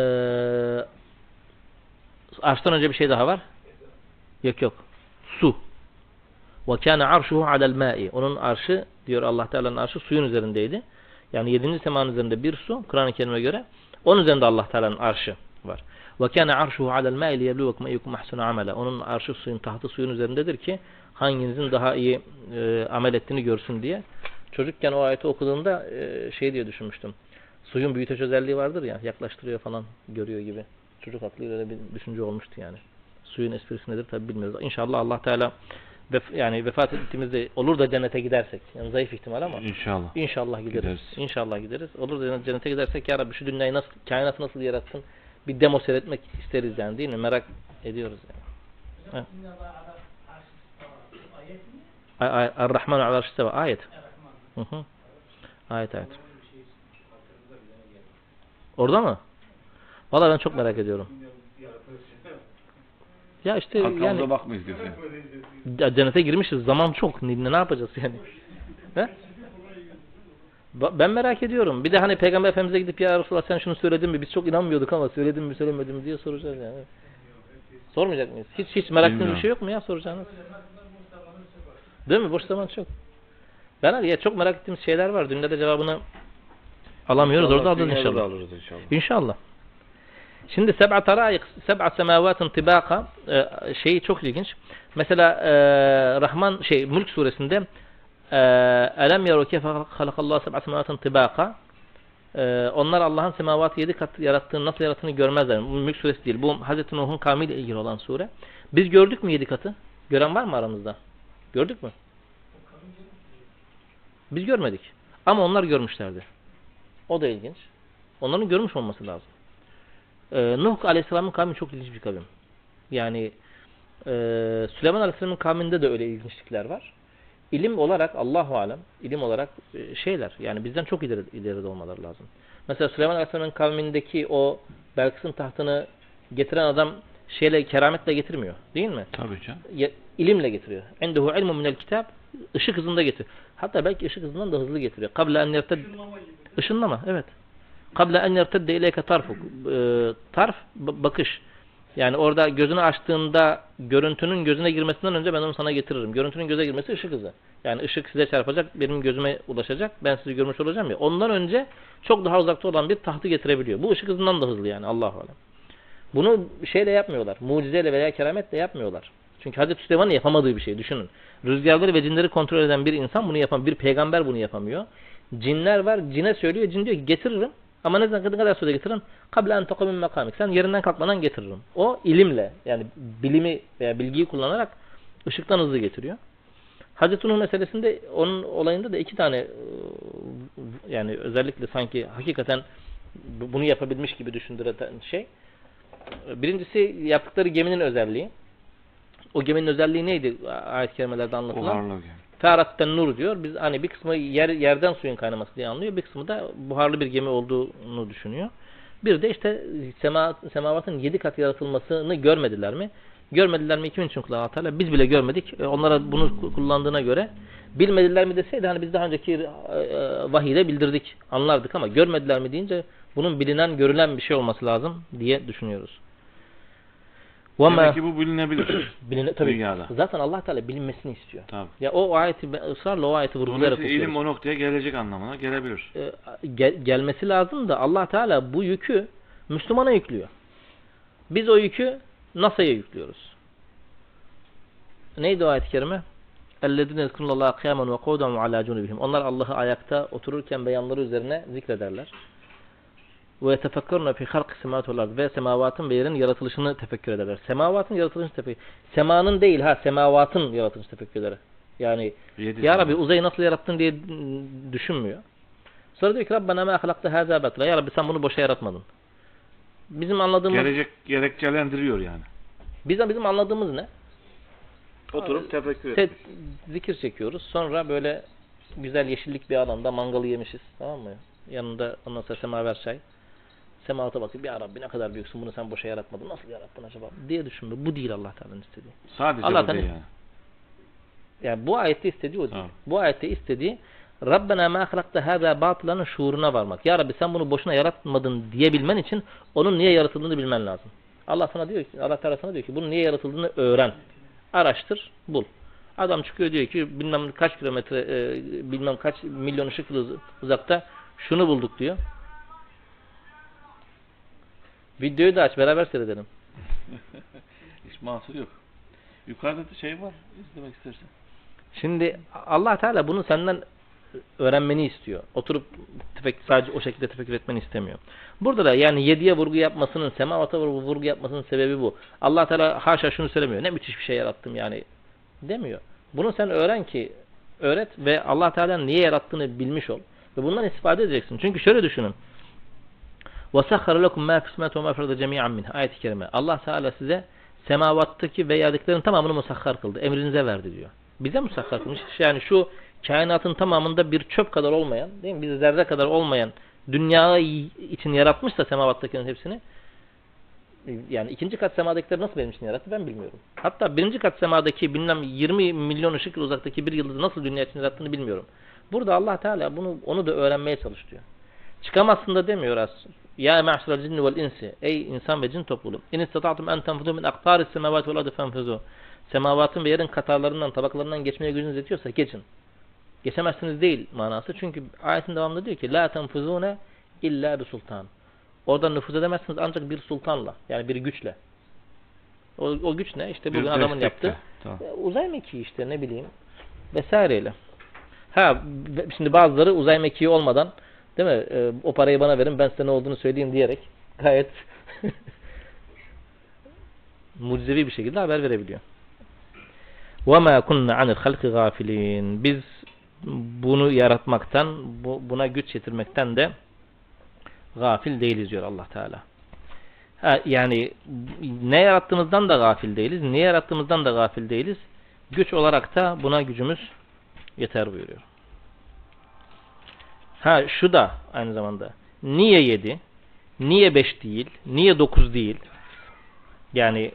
arştan önce bir şey daha var. Yok yok. Su. وَكَانَ عَرْشُهُ عَلَى الْمَاءِ Onun arşı, diyor Allah Teala'nın arşı suyun üzerindeydi. Yani yedinci semanın üzerinde bir su, Kur'an-ı Kerim'e göre. Onun üzerinde Allah Teala'nın arşı var. وَكَانَ عَرْشُهُ عَلَى الْمَاءِ لِيَبْلُوَكُمْ اَيُّكُمْ اَحْسَنُ عَمَلًا Onun arşı suyun, tahtı suyun üzerindedir ki hanginizin daha iyi e, amel ettiğini görsün diye. Çocukken o ayeti okuduğumda e, şey diye düşünmüştüm. Suyun büyüteç özelliği vardır ya, yaklaştırıyor falan, görüyor gibi. Çocuk aklıyla öyle bir düşünce olmuştu yani. Suyun esprisi nedir tabi bilmiyoruz. İnşallah Allah Teala vef yani vefat ettiğimizde olur da cennete gidersek. Yani zayıf ihtimal ama. İnşallah. İnşallah gideriz. Gideriz. İnşallah gideriz. Olur da cennete gidersek ya Rabbi şu dünyayı nasıl, kainatı nasıl yarattın? Bir demo seyretmek isteriz yani, değil mi? Merak ediyoruz yani. Evet. Er-Rahman ala arşi isteva. Ayet. Hı hı. Ayet ayet. Orada mı? Vallahi ben çok merak ediyorum. Ya işte Arkamıza yani bakmayız diyorsun. ya cennete girmişiz. Zaman çok. Ne, ne yapacağız yani? He? Ben merak ediyorum. Bir de hani Peygamber Efendimiz'e gidip ya Resulallah sen şunu söyledin mi? Biz çok inanmıyorduk ama söyledin mi söylemedin mi diye soracağız yani. Sormayacak mıyız? Hiç hiç merak ettiğiniz bir şey yok mu ya soracağınız? Değil mi? Boş zaman çok. Ben ya çok merak ettiğimiz şeyler var. Dünyada cevabını alamıyoruz. Orada alırız inşallah. Alırız inşallah. İnşallah. Şimdi seb'a taraik, seb'a semavatın tibaka şeyi çok ilginç. Mesela e, Rahman şey Mülk suresinde elem yaru kefe halakallahu seb'a semavatın tibaka onlar Allah'ın semavatı yedi kat yarattığını, nasıl yarattığını görmezler. Bu Mülk suresi değil. Bu Hazreti Nuh'un kavmiyle ilgili olan sure. Biz gördük mü yedi katı? Gören var mı aramızda? Gördük mü? Biz görmedik. Ama onlar görmüşlerdi. O da ilginç. Onların görmüş olması lazım. Ee, Nuh Aleyhisselam'ın kavmi çok ilginç bir kavim. Yani e, Süleyman Aleyhisselam'ın kavminde de öyle ilginçlikler var. İlim olarak Allahu alem, ilim olarak e, şeyler. Yani bizden çok ileri, ileride olmaları lazım. Mesela Süleyman Aleyhisselam'ın kavmindeki o Belkıs'ın tahtını getiren adam şeyle, kerametle getirmiyor. Değil mi? Tabii canım. Ya, ilimle getiriyor. Endehu ilmu minel kitab. Işık hızında getiriyor. Hatta belki ışık hızından da hızlı getiriyor. Kable en yerted Işınlama, evet. Kable en yertedde ileyke tarfuk. E, tarf, bakış. Yani orada gözünü açtığında görüntünün gözüne girmesinden önce ben onu sana getiririm. Görüntünün göze girmesi ışık hızı. Yani ışık size çarpacak, benim gözüme ulaşacak. Ben sizi görmüş olacağım ya. Ondan önce çok daha uzakta olan bir tahtı getirebiliyor. Bu ışık hızından da hızlı yani Allahu alem. Bunu şeyle yapmıyorlar. Mucizeyle veya kerametle yapmıyorlar. Çünkü Hazreti Süleyman'ın yapamadığı bir şey. Düşünün. Rüzgarları ve cinleri kontrol eden bir insan bunu yapamıyor. Bir peygamber bunu yapamıyor. Cinler var. Cine söylüyor. Cin diyor ki getiririm. Ama ne zaman kadar sürede getiririm? Kable en takamin makamik. Sen yerinden kalkmadan getiririm. O ilimle yani bilimi veya bilgiyi kullanarak ışıktan hızlı getiriyor. Hazreti Nuh meselesinde onun olayında da iki tane yani özellikle sanki hakikaten bunu yapabilmiş gibi düşündüren şey. Birincisi yaptıkları geminin özelliği. O geminin özelliği neydi ayet-i kerimelerde anlatılan? Buharlı gemi. Feratten nur diyor. Biz hani bir kısmı yer, yerden suyun kaynaması diye anlıyor. Bir kısmı da buharlı bir gemi olduğunu düşünüyor. Bir de işte sema, semavatın yedi kat yaratılmasını görmediler mi? Görmediler mi? Kimin için kullanıyor Allah Teala? Biz bile görmedik. Onlara bunu kullandığına göre bilmediler mi deseydi hani biz daha önceki e, vahiyde bildirdik, anlardık ama görmediler mi deyince bunun bilinen, görülen bir şey olması lazım diye düşünüyoruz. Demek ki bu bilinebilir. Biline, tabii. Dünyada. Zaten Allah Teala bilinmesini istiyor. Tabii. Ya o ayeti ısrarla o ayeti vurgulayarak okuyoruz. İlim o noktaya gelecek anlamına gelebilir. Ee, gel, gelmesi lazım da Allah Teala bu yükü Müslümana yüklüyor. Biz o yükü NASA'ya yüklüyoruz. Neydi o ayet-i kerime? اَلَّذِينَ يَذْكُرُونَ اللّٰهَ قِيَامًا وَقُعُودًا وَعَلَى جُنُوبِهِمْ Onlar Allah'ı ayakta otururken ve yanları üzerine zikrederler. وَيَتَفَكَّرُونَ فِي خَلْقِ السَّمَاوَاتِ وَالْأَرْضِ Ve semavatın ve yerin yaratılışını tefekkür ederler. Semavatın yaratılışını tefekkür Semanın değil ha, semavatın yaratılışını tefekkür eder. Yani Yedi ya Rabbi sema. uzayı nasıl yarattın diye düşünmüyor. Sonra diyor ki Rabbena ma halakta haza batla. Ya Rabbi sen bunu boşa yaratmadın. Bizim anladığımız Gelecek gerekçelendiriyor yani. bizim bizim anladığımız ne? Oturup tefekkür Te- etmiş. zikir çekiyoruz. Sonra böyle güzel yeşillik bir alanda mangalı yemişiz. Tamam mı? Yanında ondan sonra semaver çay. Semavata bakıp ya Rabbi ne kadar büyüksün, bunu sen boşa yaratmadın. Nasıl yarattın acaba? Diye düşündü. Bu değil Allah Teala'nın istediği. Sadece Allah bu değil Teala- yani. Yani bu ayette istediği o değil. Tamam. Bu ayette istediği Rabbena ma halakta hâzâ batılanın şuuruna varmak. Ya Rabbi sen bunu boşuna yaratmadın diyebilmen için onun niye yaratıldığını bilmen lazım. Allah sana diyor ki, Allah Teala sana diyor ki bunun niye yaratıldığını öğren. Araştır, bul. Adam çıkıyor diyor ki bilmem kaç kilometre, e, bilmem kaç milyon ışık yılı uzakta şunu bulduk diyor. Videoyu da aç, beraber seyredelim. Hiç mahsur yok. Yukarıda da şey var. İzlemek istersen. Şimdi Allah Teala bunu senden öğrenmeni istiyor. Oturup tefekkür, sadece o şekilde tefekkür etmeni istemiyor. Burada da yani yediye vurgu yapmasının, semavata vurgu yapmasının sebebi bu. Allah Teala haşa şunu söylemiyor. Ne müthiş bir şey yarattım yani demiyor. Bunu sen öğren ki öğret ve Allah Teala'nın niye yarattığını bilmiş ol. Ve bundan istifade edeceksin. Çünkü şöyle düşünün. وَسَخَّرَ لَكُمْ مَا فِي السَّمَاوَاتِ وَمَا فِي الْأَرْضِ جَمِيعًا مِنْهُ Ayet-i kerime. Allah Teala size semavattaki ve yerdiklerin tamamını musakhar kıldı. Emrinize verdi diyor. Bize musakhar kılmış. Yani şu kainatın tamamında bir çöp kadar olmayan, değil mi? Bir zerre kadar olmayan dünya için yaratmışsa semavattakilerin hepsini, yani ikinci kat semadakileri nasıl benim için yarattı ben bilmiyorum. Hatta birinci kat semadaki bilmem yirmi milyon ışık yılı uzaktaki bir yıldızı nasıl dünya için yarattığını bilmiyorum. Burada Allah Teala bunu onu da öğrenmeye çalışıyor. Çıkamazsın da demiyor aslında. Ya ma'şeral cinni vel insi. Ey insan ve cin topluluğu. İn istata'tum en tenfuzu min aqtaris semavati vel ardi fenfuzu. Semavatın ve yerin katarlarından, tabaklarından geçmeye gücünüz yetiyorsa geçin. Geçemezsiniz değil manası. Çünkü ayetin devamında diyor ki la tenfuzune illa bi sultan. Oradan nüfuz edemezsiniz ancak bir sultanla. Yani bir güçle. O, o güç ne? İşte bugün Bir adamın destekle. yaptığı. Tamam. Uzay mekiği işte ne bileyim. Vesaireyle. Ha şimdi bazıları uzay mekiği olmadan değil mi? E, o parayı bana verin ben size ne olduğunu söyleyeyim diyerek gayet mucizevi bir şekilde haber verebiliyor. وَمَا كُنَّ عَنِ الْخَلْقِ غَافِلِينَ Biz bunu yaratmaktan, bu, buna güç yetirmekten de gafil değiliz diyor Allah Teala. Ha, yani ne yarattığımızdan da gafil değiliz, niye yarattığımızdan da gafil değiliz. Güç olarak da buna gücümüz yeter buyuruyor. Ha şu da aynı zamanda niye yedi, niye beş değil, niye dokuz değil? Yani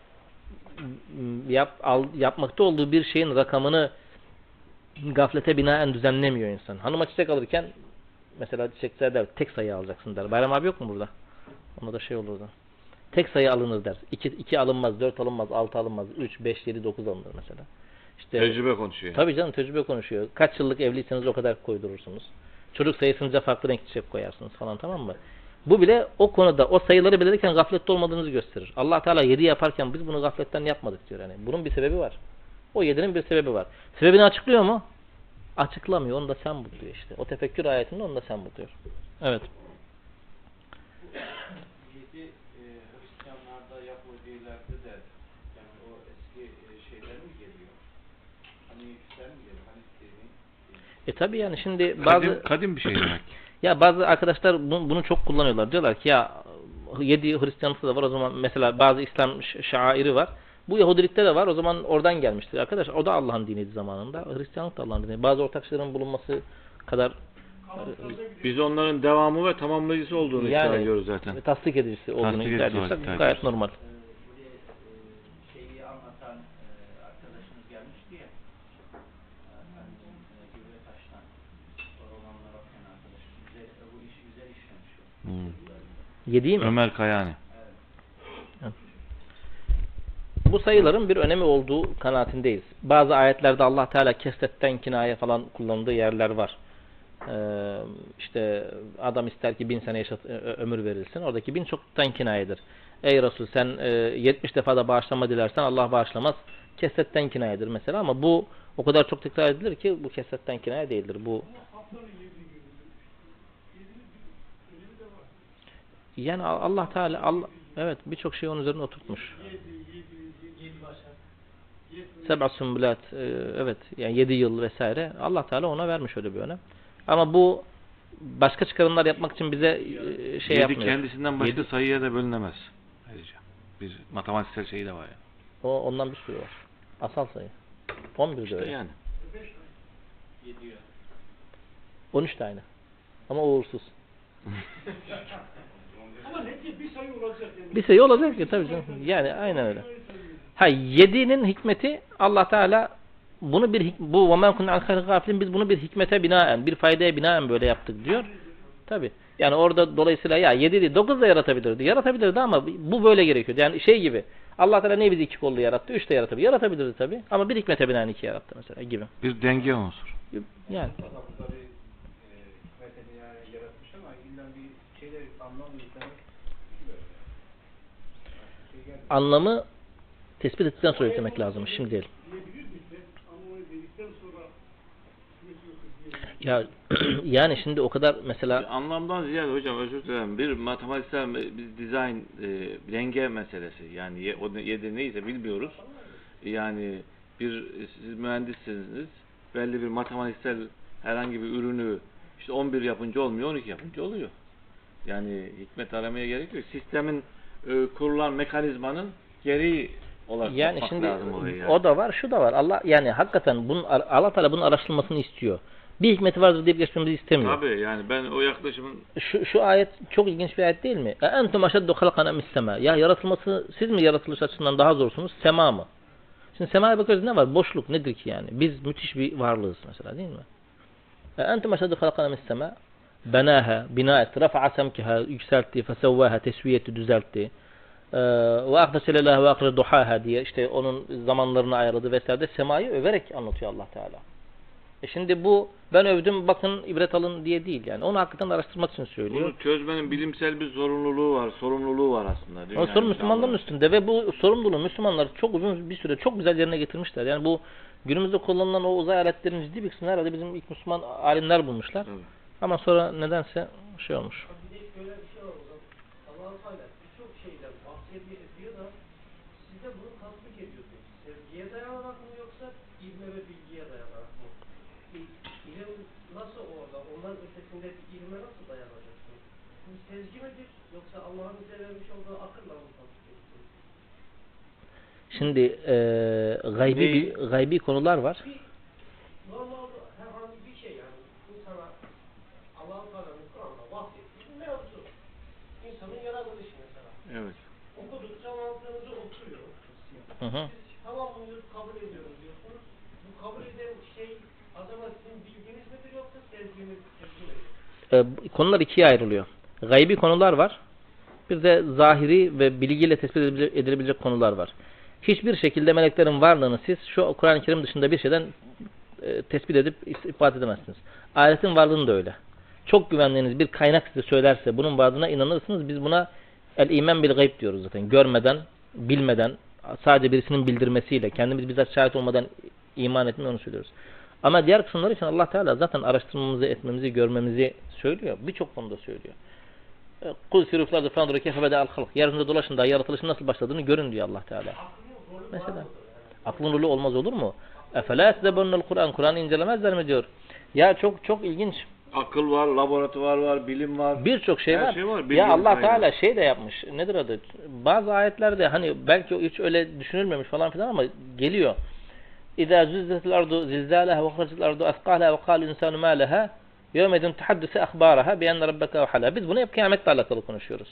yap, al, yapmakta olduğu bir şeyin rakamını gaflete binaen düzenlemiyor insan. Hanıma çiçek alırken mesela çiçekler der tek sayı alacaksın der. Bayram abi yok mu burada? Ona da şey olurdu. Tek sayı alınır der. iki, iki alınmaz, dört alınmaz, altı alınmaz, üç, beş, yedi, dokuz alınır mesela. İşte, Tecrübe konuşuyor. Tabii canım tecrübe konuşuyor. Kaç yıllık evliyseniz o kadar koydurursunuz. Çocuk sayısınca farklı renk çiçek koyarsınız falan tamam mı? Bu bile o konuda o sayıları belirlerken gaflette olmadığınızı gösterir. Allah Teala yedi yaparken biz bunu gafletten yapmadık diyor. Yani bunun bir sebebi var. O yedinin bir sebebi var. Sebebini açıklıyor mu? Açıklamıyor. Onu da sen bul diyor işte. O tefekkür ayetinde onu da sen bul diyor. Evet. Yedi e, Hristiyanlarda, Yahudilerde de yani o eski e, şeyler mi geliyor? Hani yüksel mi geliyor? Hani istediğin. E tabi yani şimdi bazı Kadim, kadim bir şey demek. ya bazı arkadaşlar bunu, bunu çok kullanıyorlar. Diyorlar ki ya yedi Hristiyanlıkta da var o zaman mesela bazı İslam şairi var. Bu Yahudilikte de var. O zaman oradan gelmiştir. Arkadaş o da Allah'ın diniydi zamanında. Hristiyanlık da Allah'ın dini. Bazı ortakçıların bulunması kadar Biz onların devamı ve tamamlayıcısı olduğunu iddia yani ediyoruz zaten. tasdik edicisi olduğunu Tasdik iddia edicisi ediyorsak olarak iddia gayet ediyoruz. normal. Buraya e, şeyi anlatan e, arkadaşınız gelmişti ya. Efendim e, Gübretaş'tan sonra olanlar okuyan arkadaşım. Bize e, bu işi güzel işlemiş o. Hmm. Yediği mi? Ömer Kayani. Bu sayıların bir önemi olduğu kanaatindeyiz. Bazı ayetlerde Allah Teala kesretten kinaye falan kullandığı yerler var. Ee, işte adam ister ki bin sene yaşat, ömür verilsin. Oradaki bin çoktan kinayedir. Ey Resul sen e, yetmiş defa da bağışlama dilersen Allah bağışlamaz. Kesretten kinayedir mesela ama bu o kadar çok tekrar edilir ki bu kesretten kinaye değildir. Bu yani Allah Teala Allah, evet birçok şey onun üzerine oturtmuş. Seb'a sümbulat, evet yani yedi yıl vesaire Allah Teala ona vermiş öyle bir önem. Ama bu başka çıkarımlar yapmak için bize e, şey Yedi yapmıyor. kendisinden başka Yedi- sayıya da bölünemez. Ayrıca. Bir matematiksel şeyi de var yani. O ondan bir sürü var. Asal sayı. on bir de İşte öyle. yani. Yediyor. on üç de aynı. Ama uğursuz. Ama neyse bir sayı olacak yani. Bir sayı olacak ki tabii canım. Yani aynen öyle. Ha yediğinin hikmeti Allah Teala bunu bir hik- bu ve men kunna an hayri gafilin biz bunu bir hikmete binaen, bir faydaya binaen böyle yaptık diyor. Tabii. Yani orada dolayısıyla ya yedi değil dokuz da yaratabilirdi. Yaratabilirdi ama bu böyle gerekiyor. Yani şey gibi. Allah Teala ne bizi iki kollu yarattı? Üç de yaratabilirdi. Yaratabilirdi tabii. Ama bir hikmete binaen iki yarattı mesela gibi. Bir denge unsuru. Yani Adamları e, hikmete binaen yaratmış ama illa bir şeyler anlam yüklemek bilmiyorum. Şey gelmiyor. anlamı tespit ettikten sonra yüklemek lazım. Şimdi değil. Diyebilir miyiz? Ama onu dedikten sonra Ya yani şimdi o kadar mesela Bir anlamdan ziyade hocam özür dilerim. Bir matematiksel bir dizayn e, denge meselesi. Yani ye, o yedi neyse bilmiyoruz. Yani bir siz mühendissiniz. Belli bir matematiksel herhangi bir ürünü işte on bir yapınca olmuyor, on iki yapınca oluyor. Yani hikmet aramaya gerek yok. Sistemin e, kurulan mekanizmanın gereği olarak yani bakmak şimdi lazım oraya yani. o da var, şu da var. Allah yani hakikaten bunun Allah Teala bunun araştırılmasını istiyor. Bir hikmeti vardır deyip geçmemizi istemiyor. Tabii yani ben o yaklaşımın Şu, şu ayet çok ilginç bir ayet değil mi? E entum aşeddu halkan emis sema. Ya yaratılması siz mi yaratılış açısından daha zorsunuz? Sema mı? Şimdi semaya bakıyoruz ne var? Boşluk nedir ki yani? Biz müthiş bir varlığız mesela değil mi? E entum aşeddu halkan emis sema. Benaha, bina etti, rafa'a semkiha, yükseltti, fesevvaha, tesviye etti, düzeltti. Ve akdeselelaha ve akre duhaha diye işte onun zamanlarını ayarladı vesaire de semayı överek anlatıyor Allah Teala. E şimdi bu ben övdüm bakın ibret alın diye değil yani. Onu hakikaten araştırmak için söylüyor. bunu çözmenin bilimsel bir zorunluluğu var. Sorumluluğu var aslında. O Dünya sorun Müslümanların insanları. üstünde ve bu sorumluluğu Müslümanlar çok uzun bir süre çok güzel yerine getirmişler. Yani bu günümüzde kullanılan o uzay aletlerinin ciddi bir kısmını herhalde bizim ilk Müslüman alimler bulmuşlar. Tabii. Ama sonra nedense şey olmuş. Bir de şöyle bir şey var o zaman. Allah-u Teala birçok şeyden bahsediyor da siz de bunu tasdik ediyorsunuz. Sevgiye dayanarak mı yoksa ilme ve bilgiye dayanarak mı? İ- İlim nasıl orada? Onların ötesinde bir ilme nasıl dayanacaksınız? Bu sezgi midir yoksa Allah'ın bize vermiş olduğu akılla mı tasdik ediyorsunuz? Şimdi e, gaybi bir, gaybi konular var. Normal herhangi bir şey yani insana Allah-u Teala'nın Kur'an'da bahsettiği bir mevzu. İnsanın yaratılışı mesela. Evet. Okudukça mantığınızı oturuyor. Hı hı. Siz tamam bunu kabul ediyoruz diyorsunuz. Bu kabul eden şey acaba sizin bilginiz midir yoksa sezginiz, sezgi midir? E, konular ikiye ayrılıyor. Gaybi konular var. Bir de zahiri ve bilgiyle tespit edilebilecek, edilebilecek konular var. Hiçbir şekilde meleklerin varlığını siz şu Kur'an-ı Kerim dışında bir şeyden e, tespit edip ispat edemezsiniz. Ahiretin varlığını da öyle. Çok güvendiğiniz bir kaynak size söylerse bunun varlığına inanırsınız. Biz buna el-iman bil gayb diyoruz zaten. Görmeden, bilmeden, sadece birisinin bildirmesiyle, kendimiz bizzat şahit olmadan iman etmeyi onu söylüyoruz. Ama diğer kısımlar için Allah Teala zaten araştırmamızı, etmemizi, görmemizi söylüyor. Birçok konuda söylüyor. Kul siruflardı falan duruyor kefe beda'al halk. Yeryüzünde dolaşın da yaratılışın nasıl başladığını görün diyor Allah Teala. Mesela. Aklın rolü olmaz olur mu? Efela etzebunnel Kur'an. Kur'an'ı incelemezler mi diyor. Ya çok çok ilginç. Akıl var, laboratuvar var, bilim var. Birçok şey Her var. şey var, Ya bilginin Allah kaynağı. Teala şey de yapmış. Nedir adı? Bazı ayetlerde hani belki hiç öyle düşünülmemiş falan filan ama geliyor. İza zuzzetil ardu zilzalaha ve akhrajatil ardu athqalaha ve qala insanu ma laha yevmedin tuhaddisu akhbaraha bi enne rabbeke evhala. Biz bunu hep kıyametle alakalı konuşuyoruz.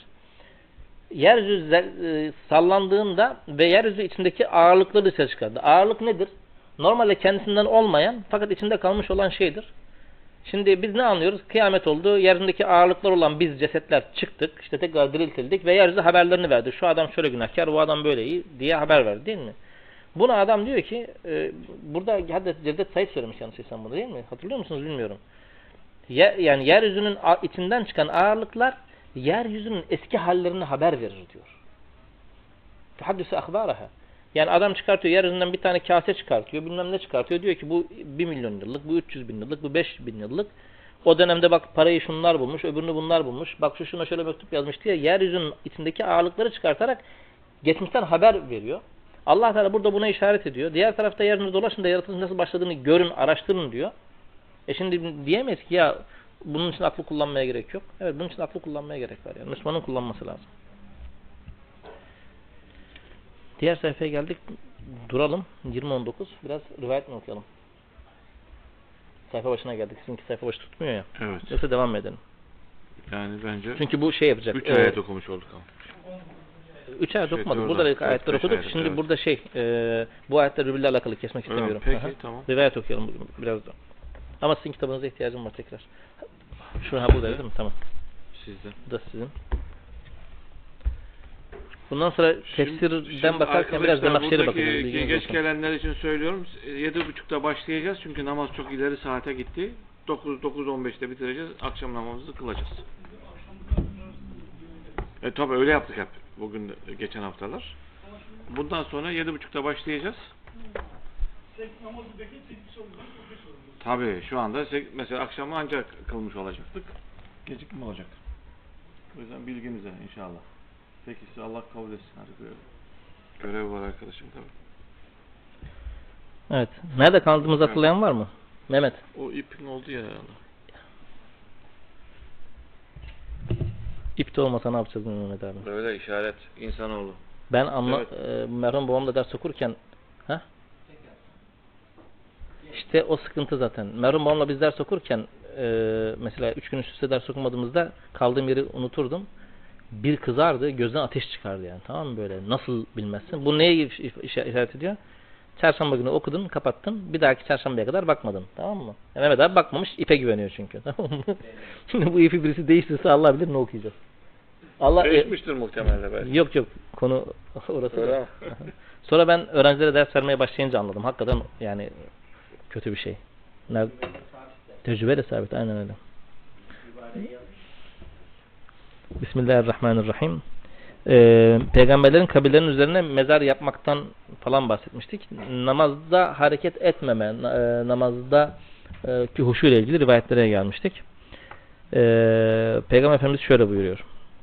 Yeryüzü sallandığında ve yeryüzü içindeki ağırlıkları dışarı çıkardı. Ağırlık nedir? Normalde kendisinden olmayan fakat içinde kalmış olan şeydir. Şimdi biz ne anlıyoruz? Kıyamet oldu. Yeryüzündeki ağırlıklar olan biz cesetler çıktık. İşte tekrar diriltildik ve yeryüzü haberlerini verdi. Şu adam şöyle günahkar, bu adam böyle iyi diye haber verdi değil mi? Buna adam diyor ki e, burada hatta Cevdet Said söylemiş yanlış insan bunu değil mi? Hatırlıyor musunuz bilmiyorum. Ye, yani yeryüzünün içinden çıkan ağırlıklar yeryüzünün eski hallerini haber verir diyor. Tuhaddüsü ahbaraha. Yani adam çıkartıyor, yeryüzünden bir tane kase çıkartıyor, bilmem ne çıkartıyor. Diyor ki bu bir milyon yıllık, bu üç yüz bin yıllık, bu beş bin yıllık. O dönemde bak parayı şunlar bulmuş, öbürünü bunlar bulmuş. Bak şu şuna şöyle mektup yazmış diye yeryüzünün içindeki ağırlıkları çıkartarak geçmişten haber veriyor. Allah Teala burada buna işaret ediyor. Diğer tarafta yeryüzünde dolaşın da yaratılış nasıl başladığını görün, araştırın diyor. E şimdi diyemeyiz ki ya bunun için aklı kullanmaya gerek yok. Evet, bunun için aklı kullanmaya gerek var. Yani Müslümanın kullanması lazım. Diğer sayfaya geldik. Duralım. yirmi on dokuz. Biraz rivayet mi okuyalım? Sayfa başına geldik. Sizinki sayfa başı tutmuyor ya. Evet. Yoksa devam mı edelim? Yani bence Çünkü bu şey yapacak. üç e, ayet okumuş olduk ama. Üç ayet Şey, okumadık. dört, Burada dört, ayetler beş okuduk. ayet, Şimdi evet. burada şey e, bu ayetler birbiriyle alakalı kesmek Öyle mi? istemiyorum. Peki, Aha. tamam. Rivayet okuyalım biraz da. Ama sizin kitabınıza ihtiyacım var tekrar. Şuraya burada değil mi? Tamam. Sizden. Bu da sizin. Bundan sonra tefsirden bakarken biraz Zemahşeri bakacağız. Buradaki geç gelenler için söylüyorum. yedi buçukta başlayacağız çünkü namaz çok ileri saate gitti. dokuz dokuz on beşte bitireceğiz. Akşam namazımızı kılacağız. E tabi öyle yaptık hep. Bugün geçen haftalar. Bundan sonra yedi buçukta başlayacağız. Tek namazı bekle, tek bir sorun var, bir sorun var. Tabi şu anda mesela akşamı ancak kılmış olacaktık. Gecikme olacak. O yüzden bilginize inşallah. Peki size Allah kabul etsin. Hadi görev. Görev var arkadaşım tabii. Evet. Nerede kaldığımızı hatırlayan var mı? Mehmet. O ipin oldu ya. İp de olmasa ne yapacağız Mehmet abi? Böyle işaret insanoğlu. Ben anla, Evet. e, merhum babamla ders okurken ha? İşte o sıkıntı zaten. Merhum babamla biz ders okurken e, mesela üç gün üst üste ders okumadığımızda kaldığım yeri unuturdum. Bir kızardı, gözden ateş çıkardı yani. Tamam mı böyle? Nasıl bilmezsin? Bu neye iş- iş- işaret ediyor? Çarşamba günü okudun, kapattın. Bir dahaki çarşambaya kadar bakmadın. Tamam mı? Yani Mehmet abi bakmamış, ipe güveniyor çünkü. Tamam mı? Şimdi bu ipi birisi değiştirse Allah bilir ne okuyacağız. Allah Değişmiştir muhtemelen belki. Yok yok. Konu orası Öyle da. mi? Sonra ben öğrencilere ders vermeye başlayınca anladım. Hakikaten yani kötü bir şey. Nerede? Tecrübeyle sabit. Aynen öyle. Bismillahirrahmanirrahim. Ee, peygamberlerin kabirlerinin üzerine mezar yapmaktan falan bahsetmiştik. Namazda hareket etmeme, e, namazda e, ki huşu ile ilgili rivayetlere gelmiştik. Ee, Peygamber Efendimiz şöyle buyuruyor.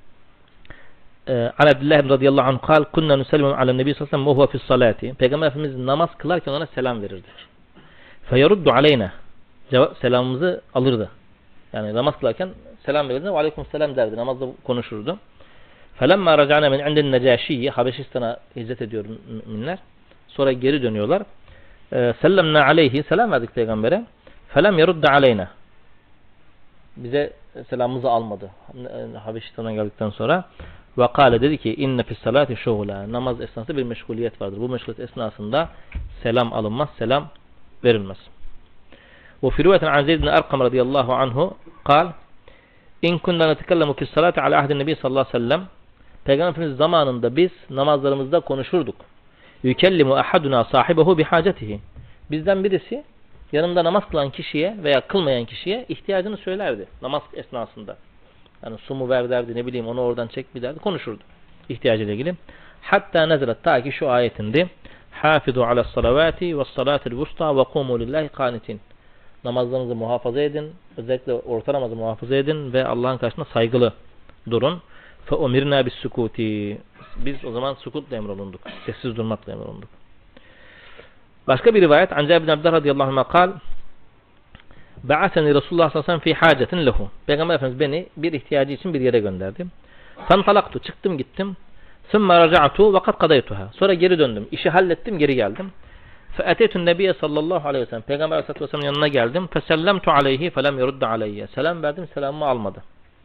An Abdullah radıyallahu anh kal kunna nusallimu ala nebi sallallahu aleyhi ve huve fi's salati. Peygamber Efendimiz namaz kılarken ona selam verirdik. Feyeruddu aleyna. Cevap selamımızı alırdı. Yani namaz kılarken selam verirdi. Ve aleykümselam derdi. Namazda konuşurdu. Felemma raca'na min indin necaşiyye. Habeşistan'a hicret ediyor müminler. Sonra geri dönüyorlar. Sellemna aleyhi. Selam verdik peygambere. Felem yeruddu aleyna. Bize selamımızı almadı. Habeşistan'a geldikten sonra. Ve kâle dedi ki inne fis salati şugula. Namaz esnasında bir meşguliyet vardır. Bu meşguliyet esnasında selam alınmaz, selam verilmez. Ve fi rivayetin an Zeyd bin Erkam radıyallahu anhu kal in kunna netekellemu fis salati ala ahdin nebi sallallahu aleyhi ve sellem. Peygamber Efendimiz zamanında biz namazlarımızda konuşurduk. Yükellimu ahaduna sahibehu bihacetihi. Bizden birisi yanında namaz kılan kişiye veya kılmayan kişiye ihtiyacını söylerdi namaz esnasında. Yani su mu ver derdi, ne bileyim onu oradan çek bir derdi, konuşurdu ihtiyacıyla ilgili. Hatta nezilet, ta ki şu ayetindi. Hafizu ala salavati ve salatil vusta ve kumu lillahi kanitin. Namazlarınızı muhafaza edin, özellikle orta namazı muhafaza edin ve Allah'ın karşısında saygılı durun. Fe umirna bis sukuti. Biz o zaman sukutla emrolunduk, sessiz durmakla emrolunduk. Başka bir rivayet, An Cabir bin Abdullah radıyallahu anh kal Ba'aseni Resulullah sallallahu aleyhi ve sellem fi hacetin lehu. Peygamber Efendimiz beni bir ihtiyacı için bir yere gönderdi. Fantalaktu, çıktım gittim. Sümme raca'tu ve kad kadaytuha. Sonra geri döndüm. İşi hallettim, geri geldim. Fe'eteytun nebiye sallallahu aleyhi ve sellem. Peygamber aleyhissalatu vesselam'ın yanına geldim. Fesellemtu aleyhi felem yurudda aleyye. Selam verdim, selamımı almadı.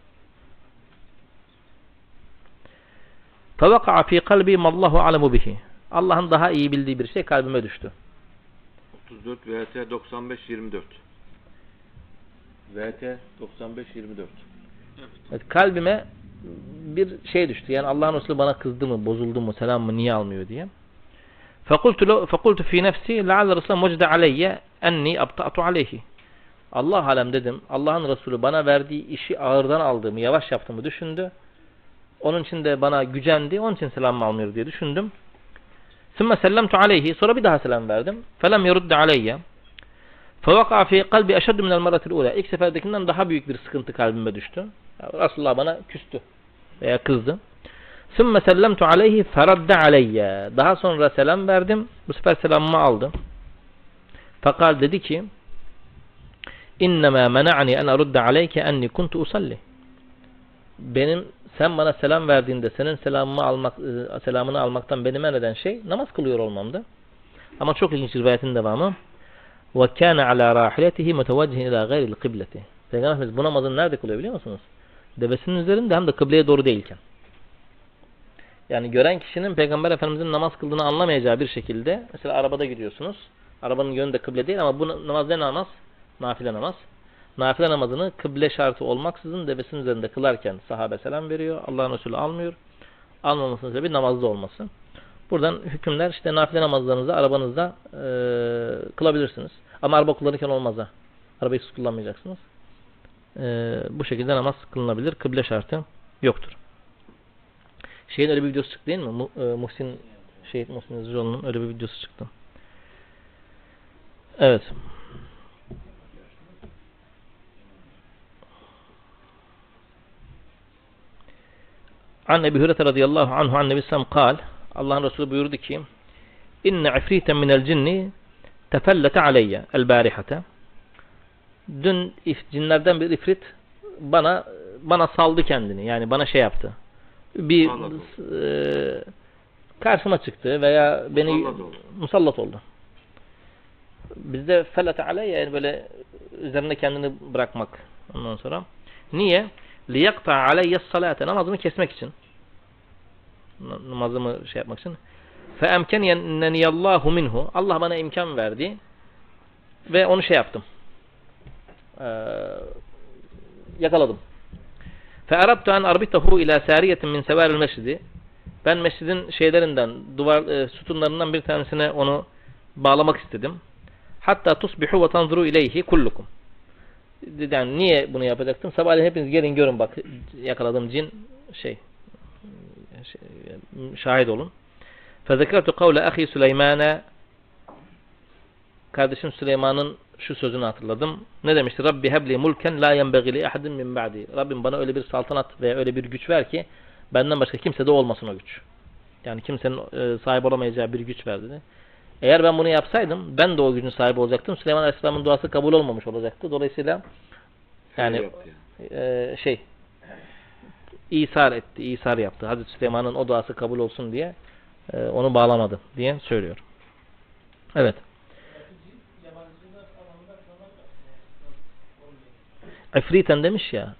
Fevaka'a fi kalbi mallahu alemu bihi. Allah'ın daha iyi bildiği bir şey kalbime düştü. otuz dört V T doksan beş yirmi dört. V T doksan beş yirmi dört. Evet, kalbime bir şey düştü. Yani Allah'ın Resulü bana kızdı mı, bozuldu mu, selam mı, niye almıyor diye. Fekultu fekultu fi nefsi la'alla Resulullah mucde aleyye enni abta'tu aleyhi. Allah alem dedim. Allah'ın Resulü bana verdiği işi ağırdan aldığımı, yavaş yaptığımı düşündü. Onun için de bana gücendi. Onun için selam almıyor diye düşündüm. Sümme sellemtu aleyhi. Sonra bir daha selam verdim. Felem yurudde aleyye. Fevaka fi kalbi eşeddu minel meratil ula. İlk seferdekinden daha büyük bir sıkıntı kalbime düştü. Yani Resulullah bana küstü veya kızdı. Sümme sellemtu aleyhi feradde aleyye. Daha sonra selam verdim. Bu sefer selamımı aldı. Fakal dedi ki İnnemâ mena'ni en arudde aleyke enni kuntu usalli. Benim sen bana selam verdiğinde senin selamımı almak, selamını almaktan beni men eden şey namaz kılıyor olmamdı. Ama çok ilginç rivayetin devamı. وَكَانَ عَلَى رَاحِلَتِهِ مُتَوَجِّهٍ إِلَى غَيْرِ الْقِبْلَةِ. Peygamber Efendimiz bu namazını nerede kılıyor biliyor musunuz? Devesinin üzerinde hem de kıbleye doğru değilken. Yani gören kişinin Peygamber Efendimizin namaz kıldığını anlamayacağı bir şekilde, mesela arabada gidiyorsunuz. Arabanın yönü de kıble değil ama bu namaz ne namaz? Nafile namaz. Nafile namazını kıble şartı olmaksızın devesinin üzerinde kılarken sahabe selam veriyor. Allah'ın Resulü almıyor. Almamasının sebebi namazda olması. Buradan hükümler işte nafile namazlarınızı arabanızda e, kılabilirsiniz. Ama araba kullanırken olmaz ha. Arabayı siz kullanmayacaksınız. E, bu şekilde namaz kılınabilir. Kıble şartı yoktur. Şeyin öyle bir videosu çıktı değil mi? Mu, e, Muhsin Şehit Muhsin Yazıcıoğlu'nun öyle bir videosu çıktı. Evet. An Ebu Hureyre radıyallahu anhu an Nebi sallallahu aleyhi ve sellem kal. Allah'ın Resulü buyurdu ki İnne ifriten minel cinni tefellete aleyye el barihate. Dün cinlerden bir ifrit bana bana saldı kendini. Yani bana şey yaptı. Bir e, karşıma çıktı veya beni musallat oldu. Musallat oldu. Bizde fellete aleyye yani böyle üzerine kendini bırakmak. Ondan sonra niye? Liyakta aleyye salate. Namazımı kesmek için. Namazımı şey yapmak için. Fe emkeniyenneniyallahu minhu. Allah bana imkan verdi. Ve onu şey yaptım. Ee, yakaladım. Fe arabtu en arbitahu ila sariyetin min sevaril mescidi. Ben mescidin şeylerinden, duvar e, sütunlarından bir tanesine onu bağlamak istedim. Hatta tusbihu ve tanzuru ileyhi kullukum. Yani niye bunu yapacaktım? Sabahleyin hepiniz gelin görün bak yakaladığım cin şey, şey şahit olun. Fezekertu kavle ahi Süleyman'a. Kardeşim Süleyman'ın şu sözünü hatırladım. Ne demişti? Rabbi hebli mulken la yenbeghi li ahadin min ba'di. Rabbim bana öyle bir saltanat ve öyle bir güç ver ki benden başka kimse de olmasın o güç. Yani kimsenin e, sahip olamayacağı bir güç ver dedi. Eğer ben bunu yapsaydım ben de o gücün sahibi olacaktım. Süleyman Aleyhisselam'ın duası kabul olmamış olacaktı. Dolayısıyla yani e, şey İsar etti, İsar yaptı. Hazreti Süleyman'ın o duası kabul olsun diye e, onu bağlamadı diye söylüyor. Evet. İfriten demiş ya.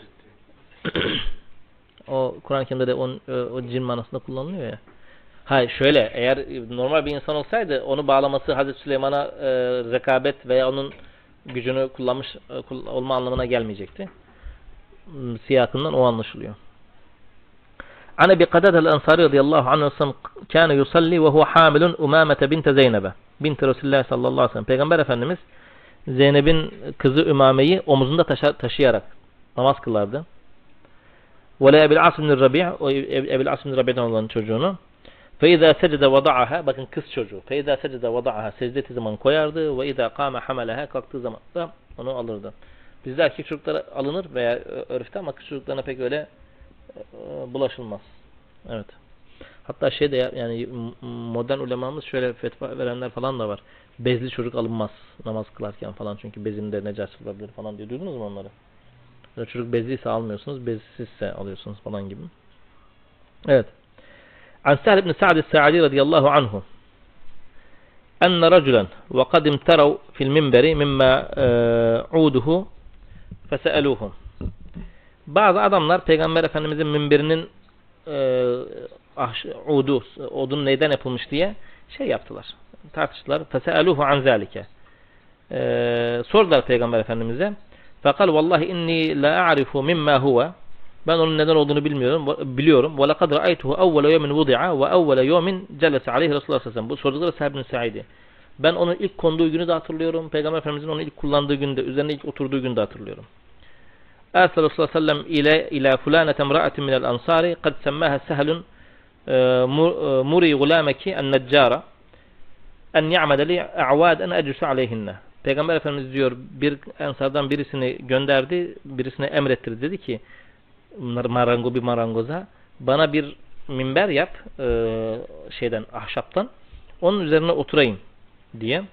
O Kur'an-ı Kerim'de de on, o cin manasında kullanılıyor ya. Hayır şöyle eğer normal bir insan olsaydı onu bağlaması Hazreti Süleyman'a e, rekabet veya onun gücünü kullanmış e, olma anlamına gelmeyecekti. Siyakından o anlaşılıyor. An Ebi Kadade el-Ensari radıyallahu anh kâne yusalli ve huve hamilun Umamete binte Zeynep'e. Binti Resulullah sallallahu aleyhi ve sellem. Peygamber Efendimiz Zeynep'in kızı Ümame'yi omuzunda taşı taşıyarak namaz kılardı. Ve la Ebil As bin Rabi' o Ebil As bin Rabi'den olan çocuğunu. فَاِذَا سَجَدَ وَضَعَهَا bakın kız çocuğu. فَاِذَا سَجَدَ وَضَعَهَا secdeti zaman koyardı. وَاِذَا قَامَ حَمَلَهَا kalktığı zaman da onu alırdı. Bizde erkek çocuklara alınır veya örfte ama kız çocuklarına pek öyle bulaşılmaz. Evet. Hatta şey de yani modern ulemamız şöyle fetva verenler falan da var. Bezli çocuk alınmaz namaz kılarken falan çünkü bezinde necaset olabilir falan diye. Duydunuz mu onları? Yani çocuk bezliyse almıyorsunuz, bezsizse alıyorsunuz falan gibi. Evet. An Sahl ibn Sa'd es-Sa'di radıyallahu anhu. Enne raculen ve kad imterav fil minberi mimma uduhu fese'eluhum. Bazı adamlar Peygamber Efendimizin minberinin e, udu, odun neyden yapılmış diye şey yaptılar. Tartıştılar. Fese'eluhu an zalike. E, sordular Peygamber Efendimiz'e. Fekal vallahi inni la a'rifu mimma huve. Ben onun neden olduğunu bilmiyorum. Biliyorum. Ve lekad ra'aytuhu evvele yevmin vudi'a ve evvele yevmin celese aleyhi Resulullah sallallahu aleyhi ve sellem. Bu sordular Sahl ibn Sa'id'i. Ben onun ilk konduğu günü de hatırlıyorum. Peygamber Efendimiz'in onu ilk kullandığı günde, üzerine ilk oturduğu günü de hatırlıyorum. Ersel Resulullah sallallahu aleyhi ve sellem ile ila fulanete imra'atin minel ansari kad semmaha Sahlun muri gulameki en-neccara en ya'mede li a'vaden eclisu aleyhinne. Peygamber Efendimiz diyor bir ensardan birisini gönderdi, birisine emrettirdi. Dedi ki marango bir marangoza bana bir minber yap e, şeyden ahşaptan. Onun üzerine oturayım diye.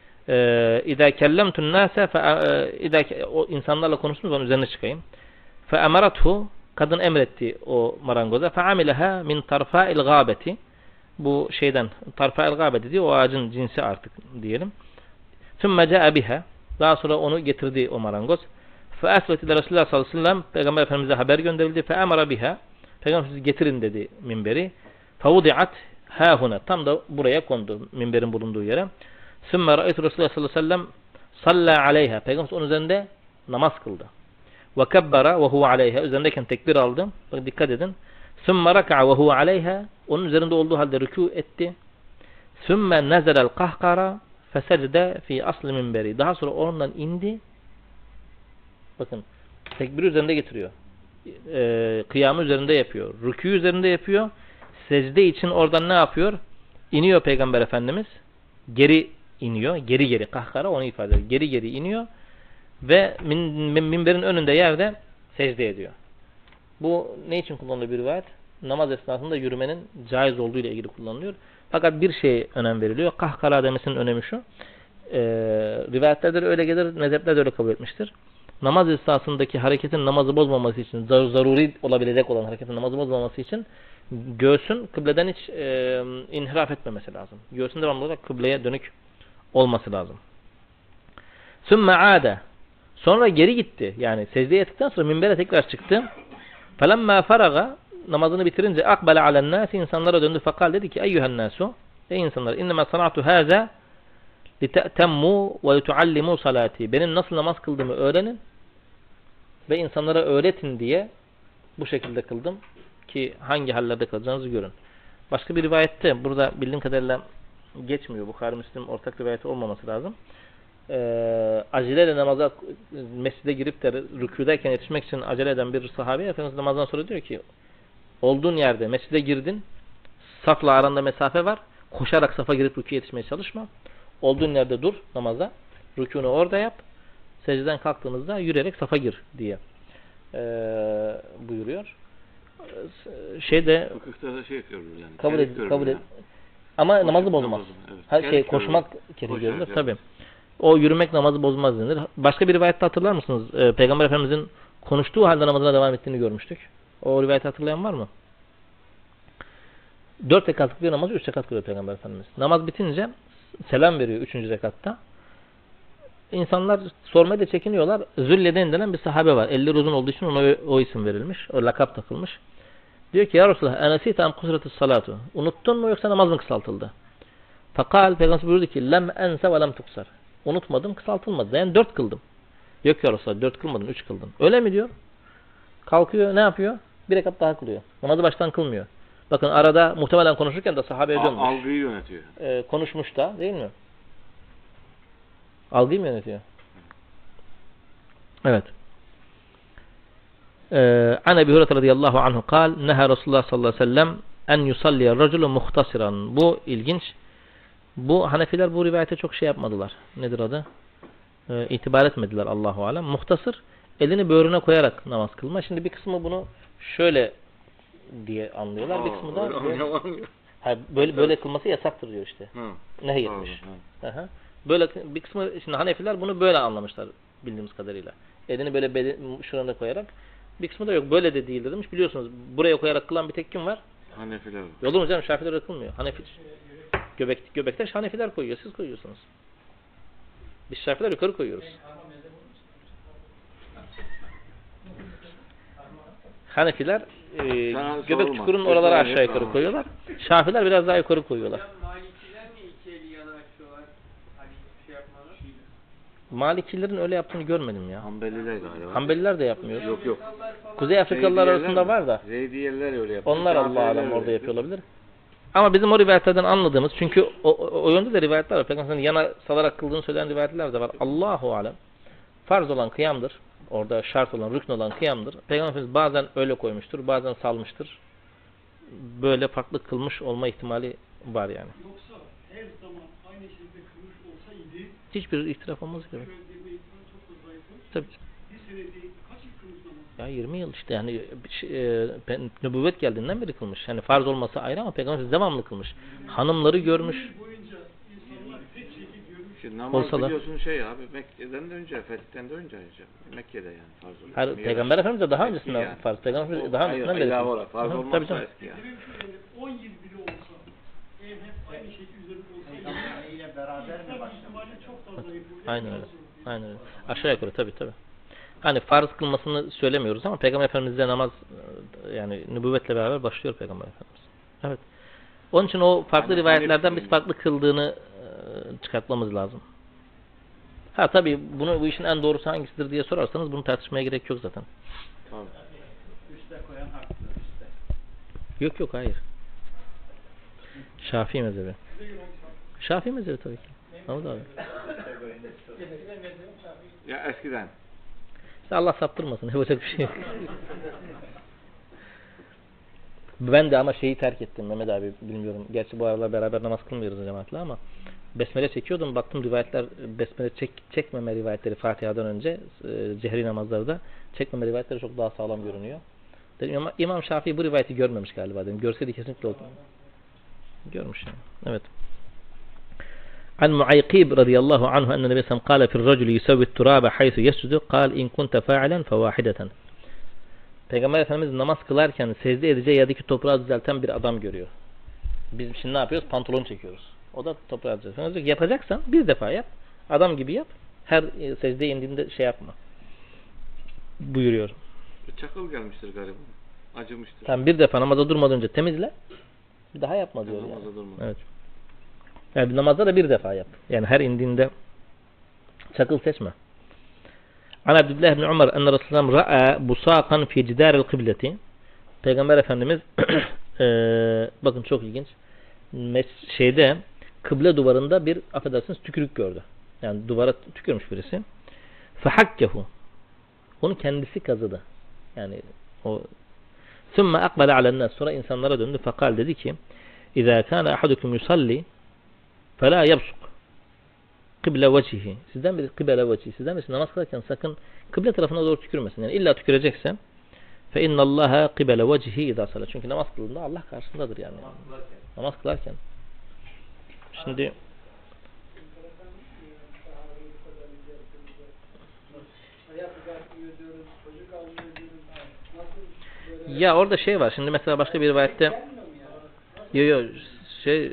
İza kellemtun nase fe o insanlarla konuştuğum zaman üzerine çıkayım. Fe emarathu kadın emretti o marangoza. Fe amileha min tarfa'il gâbeti. Bu şeyden tarfa'il gâbeti diye o ağacın cinsi artık diyelim. Sümme ca'a biha. Daha sonra onu getirdi o marangoz. Fe asvet ile Resulullah sallallahu aleyhi ve sellem Peygamber Efendimiz'e haber gönderildi. Fe emara biha. Peygamber Efendimiz getirin dedi minberi. Fe vudi'at hâhuna. Tam da buraya kondu minberin bulunduğu yere. Sümme ra'aytu Resulullah sallallahu aleyhi ve sellem salla aleyha. Peygamber onun üzerinde namaz kıldı. Ve kebbara ve huve aleyha. Üzerindeyken tekbir aldı. Bak dikkat edin. Sümme raka'a ve huve aleyha. Onun üzerinde olduğu halde rükû etti. Sümme nezelel kahkara fesecde fi aslı minberi. Daha sonra ondan indi. Bakın tekbiri üzerinde getiriyor. Ee, kıyamı üzerinde yapıyor. Rükû üzerinde yapıyor. Secde için oradan ne yapıyor? İniyor Peygamber Efendimiz. Geri iniyor. Geri geri kahkara onu ifade ediyor. Geri geri iniyor. Ve min, min, minberin önünde yerde secde ediyor. Bu ne için kullanılıyor bir rivayet? Namaz esnasında yürümenin caiz olduğu ile ilgili kullanılıyor. Fakat bir şeye önem veriliyor. Kahkara demesinin önemi şu. Ee, rivayetlerde öyle gelir, mezhepler de öyle kabul etmiştir. Namaz esnasındaki hareketin namazı bozmaması için, zar zaruri olabilecek olan hareketin namazı bozmaması için göğsün kıbleden hiç e, inhiraf etmemesi lazım. Göğsün devamlı olarak kıbleye dönük olması lazım. Sümme âde. Sonra geri gitti. Yani secdeye ettikten sonra minbere tekrar çıktı. Felemma faraga. Namazını bitirince akbele alen nâsi insanlara döndü. Fakal dedi ki eyyühen nâsu. Ey insanlar. İnnemâ sana'tu hâzâ lite'temmû ve lituallimû salâti. Benim nasıl namaz kıldığımı öğrenin ve insanlara öğretin diye bu şekilde kıldım ki hangi hallerde kalacağınızı görün. Başka bir rivayette burada bildiğim kadarıyla geçmiyor. Bukhari Müslim ortak rivayeti olmaması lazım. Ee, aceleyle namaza mescide girip de rükûdayken yetişmek için acele eden bir sahabe Efendimiz namazdan sonra diyor ki olduğun yerde mescide girdin, safla aranda mesafe var, koşarak safa girip rükûya yetişmeye çalışma. Olduğun yerde dur namaza, rükûnu orada yap, secdeden kalktığınızda yürüyerek safa gir diye ee, buyuruyor. Şeyde Fıkıhta şey yapıyoruz yani. kabul et, kabul et. Ama namazı bozmaz. Evet. Her şey Gerek koşmak görülür. gerekiyor Koşar, tabii. O yürümek namazı bozmaz denir. Başka bir rivayette hatırlar mısınız? Ee, Peygamber Efendimizin konuştuğu halde namazına devam ettiğini görmüştük. O rivayeti hatırlayan var mı? Dört rekat kılıyor namazı, üç rekat kılıyor Peygamber Efendimiz. Namaz bitince selam veriyor üçüncü rekatta. İnsanlar sormaya da çekiniyorlar. Zülleden denen bir sahabe var. Elleri uzun olduğu için ona o, o isim verilmiş. O lakap takılmış. Diyor ki ya Resulallah enesite em kusretus salatu. Unuttun mu yoksa namaz mı kısaltıldı? Fakal Peygamber buyurdu ki lem ense ve lem tuksar. Unutmadım, kısaltılmadı. Yani dört kıldım. Yok ya Resulallah dört kılmadın, üç kıldın. Öyle mi diyor? Kalkıyor, ne yapıyor? Bir rekat daha kılıyor. Namazı baştan kılmıyor. Bakın arada muhtemelen konuşurken de sahabeye dönmüş. Algıyı yönetiyor. Ee, konuşmuş da değil mi? Algıyı mı yönetiyor? Evet. An Ebi Hureyre radıyallahu anhu kal neha Resulullah sallallahu aleyhi ve sellem en yusalliye raculu muhtasiran. Bu ilginç. Bu Hanefiler bu rivayete çok şey yapmadılar. Nedir adı? Ee, itibar etmediler Allahu alem. Muhtasır elini böğrüne koyarak namaz kılma. Şimdi bir kısmı bunu şöyle diye anlıyorlar. Bir kısmı da Öyle anlayamam ya. hayır, böyle böyle kılması yasaktır diyor işte. Hı. Nehyetmiş. Pardon, Aha. Böyle bir kısmı şimdi Hanefiler bunu böyle anlamışlar bildiğimiz kadarıyla. Elini böyle beli, şurana koyarak. Bir kısmı da yok böyle de değildir demiş. Biliyorsunuz buraya koyarak kılan bir tek kim var? Hanefiler. Olur mu canım? Şafiler öyle kılmıyor. Hanefi göbek göbekte Hanefiler koyuyor. Siz koyuyorsunuz. Biz Şafiler yukarı koyuyoruz. Hanefiler e, Sana göbek sorulmaz. çukurunun oralara Sorulmaz. aşağı yukarı koyuyorlar. Şafiler biraz daha yukarı koyuyorlar. Malikiler mi iki eli yana açıyorlar? Hani hiçbir şey yapmadan. Malikilerin öyle yaptığını görmedim ya. Hanbeliler galiba. Hanbeliler de yapmıyor. Yok yok. Kuzey Afrikalılar Zeydiyeler arasında mi? var da. Zeydiyeler öyle yapıyor. Onlar Allah Şafiiler alem öyle orada yapıyor. yapıyor olabilir. Ama bizim o rivayetlerden anladığımız çünkü o, o, o yönde de rivayetler var. Peygamberin yana salarak kıldığını söyleyen rivayetler de var. Allahu alem. Farz olan kıyamdır. Orada şart olan, rükn olan kıyamdır. Peygamberimiz bazen öyle koymuştur, bazen salmıştır. Böyle farklı kılmış olma ihtimali var yani. Yoksa her zaman aynı şekilde kılmış olsaydı Hiçbir ihtilaf olmaz gibi. şöyle bir ihtimal çok fazlaydı. Tabii. Bir senede kaç yıl kılmış namaz? Ya yirmi yıl işte yani şey, e, pe- nübüvvet geldiğinden beri kılmış. Yani farz olması ayrı ama Peygamberimiz devamlı kılmış. Hanımları görmüş. Yıl boyunca insanlar tek şekil görmüş. Şimdi namaz Olsa da- biliyorsun şey abi Mekke'den de önce, Fetih'ten de önce ayrıca. Mekke'de yani farz olur. Hayır, Miraç. Peygamber Efendimiz de daha Eski öncesinden yani. farz. Peygamberimiz O daha ayrı, öncesinden beri ilave kılmış. olarak farz Hı hı, olmazsa tabii canım. eski yani. Demek ki yani on yıl bile olsa eğer hep aynı şekil üzerinde olsaydı Peygamberiyle beraber mi ihtilaf başlamış? ihtimali çok fazla yapıyor. Aynen öyle. Aynen öyle. Aşağı yukarı tabii tabii. Hani farz kılmasını söylemiyoruz ama Peygamber Efendimiz'de namaz e, yani nübüvvetle beraber başlıyor Peygamber Efendimiz. Evet. Onun için o farklı Yani rivayetlerden Hanefi- biz farklı kıldığını e, çıkartmamız lazım. Ha tabii bunu bu işin en doğrusu hangisidir diye sorarsanız bunu tartışmaya gerek yok zaten. Tabii. Üste koyan haklı. Üste. Yok yok hayır. Şafii mezhebi. Şafii mezhebi tabii ki. Mahmut abi. Ya eskiden. İşte Allah saptırmasın. Yapacak bir şey yok. Ben de ama şeyi terk ettim Mehmet abi bilmiyorum. Gerçi bu aralar beraber namaz kılmıyoruz cemaatle ama besmele çekiyordum. Baktım rivayetler besmele çek, çekmeme rivayetleri Fatiha'dan önce e, cehri namazlarda çekmeme rivayetleri çok daha sağlam görünüyor. Dedim ama İmam Şafii bu rivayeti görmemiş galiba dedim. Görseydi kesinlikle oldu. Görmüş yani. Evet. عن معيقيب رضي الله عنه أن النبي صلى الله عليه وسلم قال في الرجل يسوي التراب حيث يسجد قال إن كنت فاعلا فواحدة. Peygamber Efendimiz namaz kılarken secde edeceği yerdeki toprağı düzelten bir adam görüyor. Biz şimdi ne yapıyoruz? Pantolon çekiyoruz. O da toprağı düzeltiyor. Diyor ki, yapacaksan bir defa yap. Adam gibi yap. Her e, secdeye indiğinde şey yapma. Buyuruyor. Çakıl gelmiştir galiba. Acımıştır. Sen bir defa namaza durmadan önce temizle. Bir daha yapma diyor yani. Namaza durma. Evet. Yani namazda da bir defa yap. Yani her indiğinde çakıl seçme. An Abdullah ibn Umar enne Resulullah ra'a busaqan fi cidaril kıbleti. Peygamber Efendimiz e, bakın çok ilginç. Mes- şeyde kıble duvarında bir affedersiniz tükürük gördü. Yani duvara tükürmüş birisi. Fahakkehu. Onu kendisi kazıdı. Yani o ثُمَّ أَقْبَلَ عَلَى النَّاسِ sonra insanlara döndü. Fakal dedi ki اِذَا كَانَ أَحَدُكُمْ يُصَلِّي فَلَا يَبْسُقْ kıble vecihi. Sizden biri kıble vecihi. Sizden birisi namaz kılarken sakın kıble tarafına doğru tükürmesin. Yani illa tükürecekse fe innallaha kıble vecihi idâ sala. Çünkü namaz kıldığında Allah karşısındadır yani. Namaz kılarken. Şimdi ya orada şey var. Şimdi mesela başka bir rivayette yo yo şey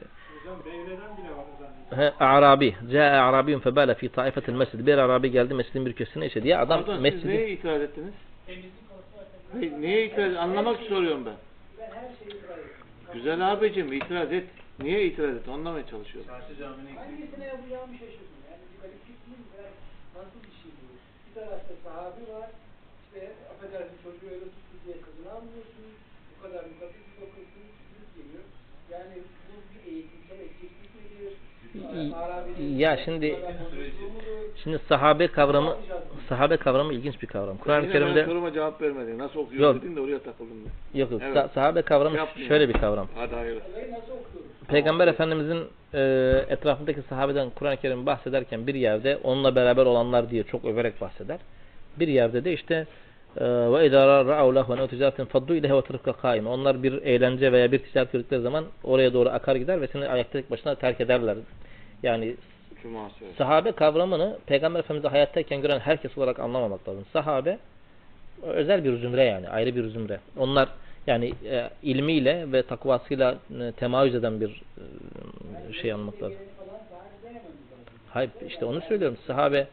Arabi. Ca'e Arabiyun febâle fî taifetil mescid. Bir Arabi geldi mescidin bir köşesine işedi. Ya adam Pardon, mescidi... siz neye itiraz ettiniz? Hayır, neye itiraz? Anlamak soruyorum ben. Güzel abicim itiraz et. Niye itiraz et? Anlamaya çalışıyorum. Hangisine yapacağımı şaşırdım. Yani bir gariplik değil mi? Biraz nasıl bir şey bu? Bir tarafta sahabi var. İşte affedersin çocuğu öyle tuttu diye kızını almıyorsun. Bu kadar mukaddes bir bakıyorsun. Süzülüp geliyor. Yani bu bir eğitimsel eksiklik midir? Ya şimdi şimdi sahabe kavramı sahabe kavramı ilginç bir kavram. Kur'an-ı Kerim'de Yine soruma cevap vermedin. Nasıl okuyorsun Yok. dedin de oraya takıldım ben. yok yok. Evet. Sa- sahabe kavramı Yapmıyor. şöyle bir kavram. Hadi hayır. Peygamber Efendimizin e, etrafındaki sahabeden Kur'an-ı Kerim bahsederken bir yerde onunla beraber olanlar diye çok överek bahseder. Bir yerde de işte Ve idâ ra'av lehven ev ticaretin faddu ilehe ve tırıkka kaim. Onlar bir eğlence veya bir ticaret gördükleri zaman oraya doğru akar gider ve seni ayakta tek başına terk ederler. Yani sahabe kavramını Peygamber Efendimiz'i hayattayken gören herkes olarak anlamamak lazım. Sahabe özel bir zümre, yani ayrı bir zümre. Onlar yani e, ilmiyle ve takvasıyla e, temayüz eden bir e, şey anlamak lazım. Hayır, işte onu söylüyorum. Sahabe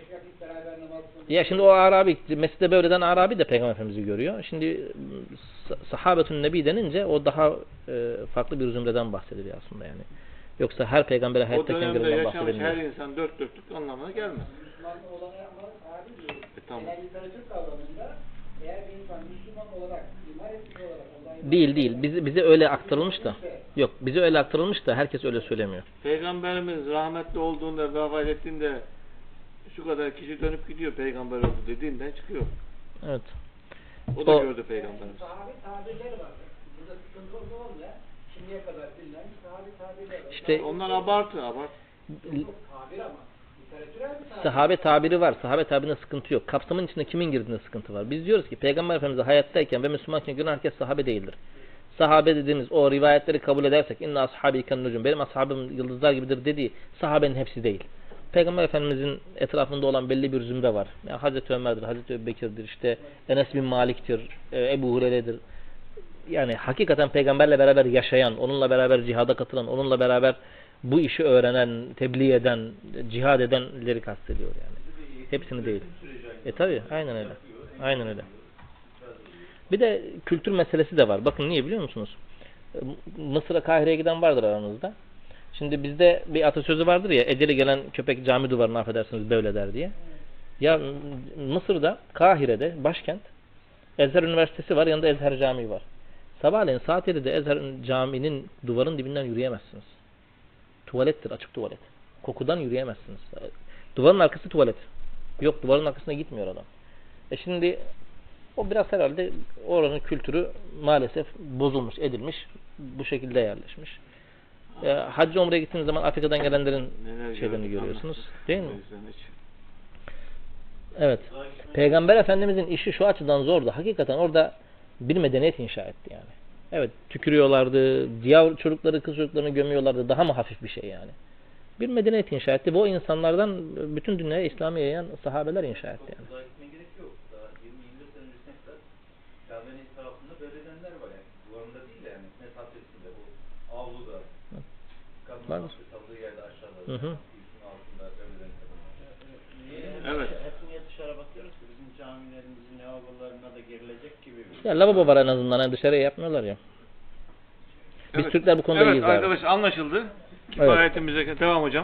ya şimdi o Arabi, Mescid-i Bevle'den Arabi de Peygamber Efendimiz'i görüyor. Şimdi sahabetün nebi denince o daha e, farklı bir zümreden bahsediliyor aslında yani. Yoksa her peygambere hayattayken görülen bahsedilmiyor. Her insan dört dörtlük anlamına gelmez. Müslüman olana yapmak abi diyor. E, tamam. Genel literatür kavramında eğer bir insan Müslüman olarak, iman etmiş olarak olayı... Değil değil. Bize, bize öyle aktarılmış da. Yok. Bize öyle aktarılmış da herkes öyle söylemiyor. Peygamberimiz rahmetli olduğunda, vefat ettiğinde şu kadar kişi dönüp gidiyor peygamber oldu dediğinden çıkıyor. Evet. O da o, gördü peygamberimiz. Sahabe tabirleri var. Burada sıkıntı oldu ya. Şimdiye kadar bilinen sahabe tabirleri var. İşte Onlar abartı, abart. Tabir ama. Literatürel bir tabir. sahabe tabiri var. Sahabe tabirinde sıkıntı yok. Kapsamın içinde kimin girdiğinde sıkıntı var. Biz diyoruz ki Peygamber Efendimiz hayattayken ve Müslümanken gören herkes sahabe değildir. Sahabe dediğimiz o rivayetleri kabul edersek inna ashabi ken nucum, benim ashabım yıldızlar gibidir dediği sahabenin hepsi değil. Peygamber Efendimizin etrafında olan belli bir zümre var. Yani Hazreti Ömer'dir, Hazreti Ebubekir'dir, işte Enes bin Malik'tir, Ebu Hureyre'dir. Yani hakikaten peygamberle beraber yaşayan, onunla beraber cihada katılan, onunla beraber bu işi öğrenen, tebliğ eden, cihad edenleri kastediyor yani. Hepsini değil. E tabi, aynen öyle. Aynen öyle. Bir de kültür meselesi de var. Bakın niye biliyor musunuz? Mısır'a, Kahire'ye giden vardır aranızda. Şimdi bizde bir atasözü vardır ya, eceli gelen köpek cami duvarına affedersiniz böyle der diye. Ya Mısır'da, Kahire'de, başkent, Ezher Üniversitesi var, yanında Ezher Camii var. Sabahleyin saat yedide Ezher Camii'nin duvarın dibinden yürüyemezsiniz. Tuvalettir, açık tuvalet. Kokudan yürüyemezsiniz. Duvarın arkası tuvalet. Yok, duvarın arkasına gitmiyor adam. E şimdi o biraz herhalde oranın kültürü maalesef bozulmuş, edilmiş. Bu şekilde yerleşmiş. E, Hacca Umre'ye gittiğiniz zaman Afrika'dan gelenlerin Neler şeylerini gördük, görüyorsunuz. anlatsız. Değil mi? O yüzden hiç. Evet. Peygamber Efendimizin işi şu açıdan zordu. Hakikaten orada bir medeniyet inşa etti yani. Evet, tükürüyorlardı, diğer çocukları, kız çocuklarını gömüyorlardı. Daha mı hafif bir şey yani? Bir medeniyet inşa etti. Bu insanlardan bütün dünyaya İslam'ı yayan sahabeler inşa etti yani. Daha gitmeye gerek yok. Daha yirmi yirmi sene öncesine kadar Kabe'nin etrafında böyle edenler var yani. Duvarında değil de yani. Mesafesinde bu avluda. Kadınlar kaldığı yerde aşağıda. Hı hı. Üstün altında böyle eden kadınlar. Evet. Hep niye dışarı bakıyoruz ki bizim camilerimizin lavabolarına da girilecek gibi bir Ya lavabo var en azından. Yani dışarıya yapmıyorlar ya. Biz Evet. Türkler bu konuda evet, iyiyiz abi. arkadaş anlaşıldı. Kifayetimize devam hocam.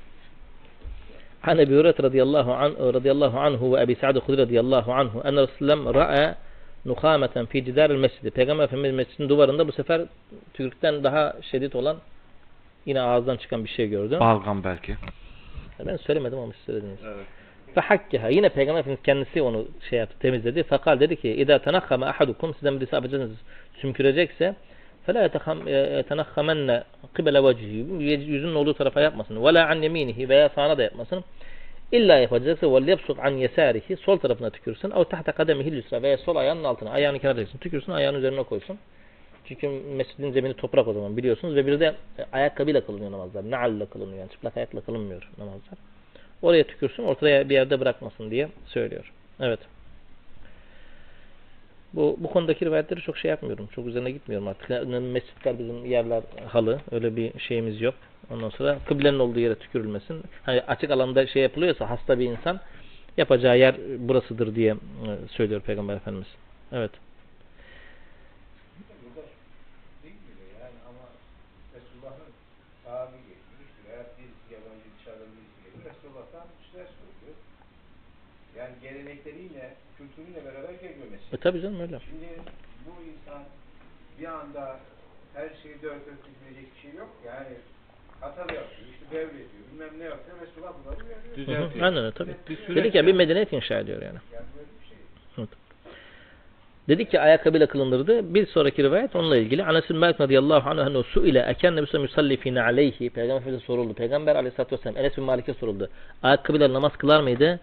عن أبي هريرة رضي الله عنه رضي الله عنه وأبي سعد الخدري رضي الله عنه أن رسول الله رأى نخامة في جدار المسجد. Peygamber Efendimiz mescidin duvarında bu sefer tükürükten daha şiddet olan yine ağızdan çıkan bir şey gördü. Balgam belki. Ben söylemedim ama siz söylediniz. Evet. Fehakkeha, yine Peygamber Efendimiz kendisi onu şey yaptı, temizledi. Fakal dedi ki: "İza tenakhama ahadukum, sizden birisi abacınız sümkürecekse, fela yetenakhamenne kıbele vecihi, yüzünün olduğu tarafa yapmasın. Ve la an yeminihi, veya sağına da yapmasın. İlla yapacaksa ve yebsut an yesarihi, sol tarafına tükürsün. Ev tahta kademihi yusra, veya sol ayağının altına, ayağını kenara tükürsün. Tükürsün, ayağının üzerine koysun. Çünkü mescidin zemini toprak o zaman biliyorsunuz ve bir de ayakkabıyla kılınıyor namazlar. Na'alla kılınıyor yani çıplak ayakla kılınmıyor namazlar. Oraya tükürsün, ortaya bir yerde bırakmasın diye söylüyor. Evet. Bu bu konudaki rivayetleri çok şey yapmıyorum. Çok üzerine gitmiyorum artık. Mescitler bizim yerler halı. Öyle bir şeyimiz yok. Ondan sonra kıblenin olduğu yere tükürülmesin. Hani açık alanda şey yapılıyorsa hasta bir insan yapacağı yer burasıdır diye söylüyor Peygamber Efendimiz. Evet. Değil mi? Yani ama Resulullah'ın sahibi geçmiş veya birisi yabancı dışarıdan birisi geçmiş. Resulullah'tan işler söylüyor. Yani gelenekleriyle, kültürüyle beraber geliyor mesela. E tabi canım öyle. Şimdi bu insan bir anda her şeyi dört dörtlük bilecek bir şey yok. Yani hatalı yapıyor, işte devrediyor, bilmem ne yapıyor. Resulullah bunları uyarıyor. Düzeltiyor. Aynen öyle tabi. Bir Dedik ya bir medeniyet inşa ediyor yani. Yani böyle bir şey. Evet. Dedik ki ayakkabıyla kılındırdı. Bir sonraki rivayet onunla ilgili. Enes bin Malik radıyallahu anh ennehu suile eken nebi sallallahu aleyhi ve sellem aleyhi. Peygamber Efendimiz'e soruldu. Peygamber aleyhissalatü vesselam Enes bin Malik'e soruldu. Ayakkabıyla namaz kılar mıydı?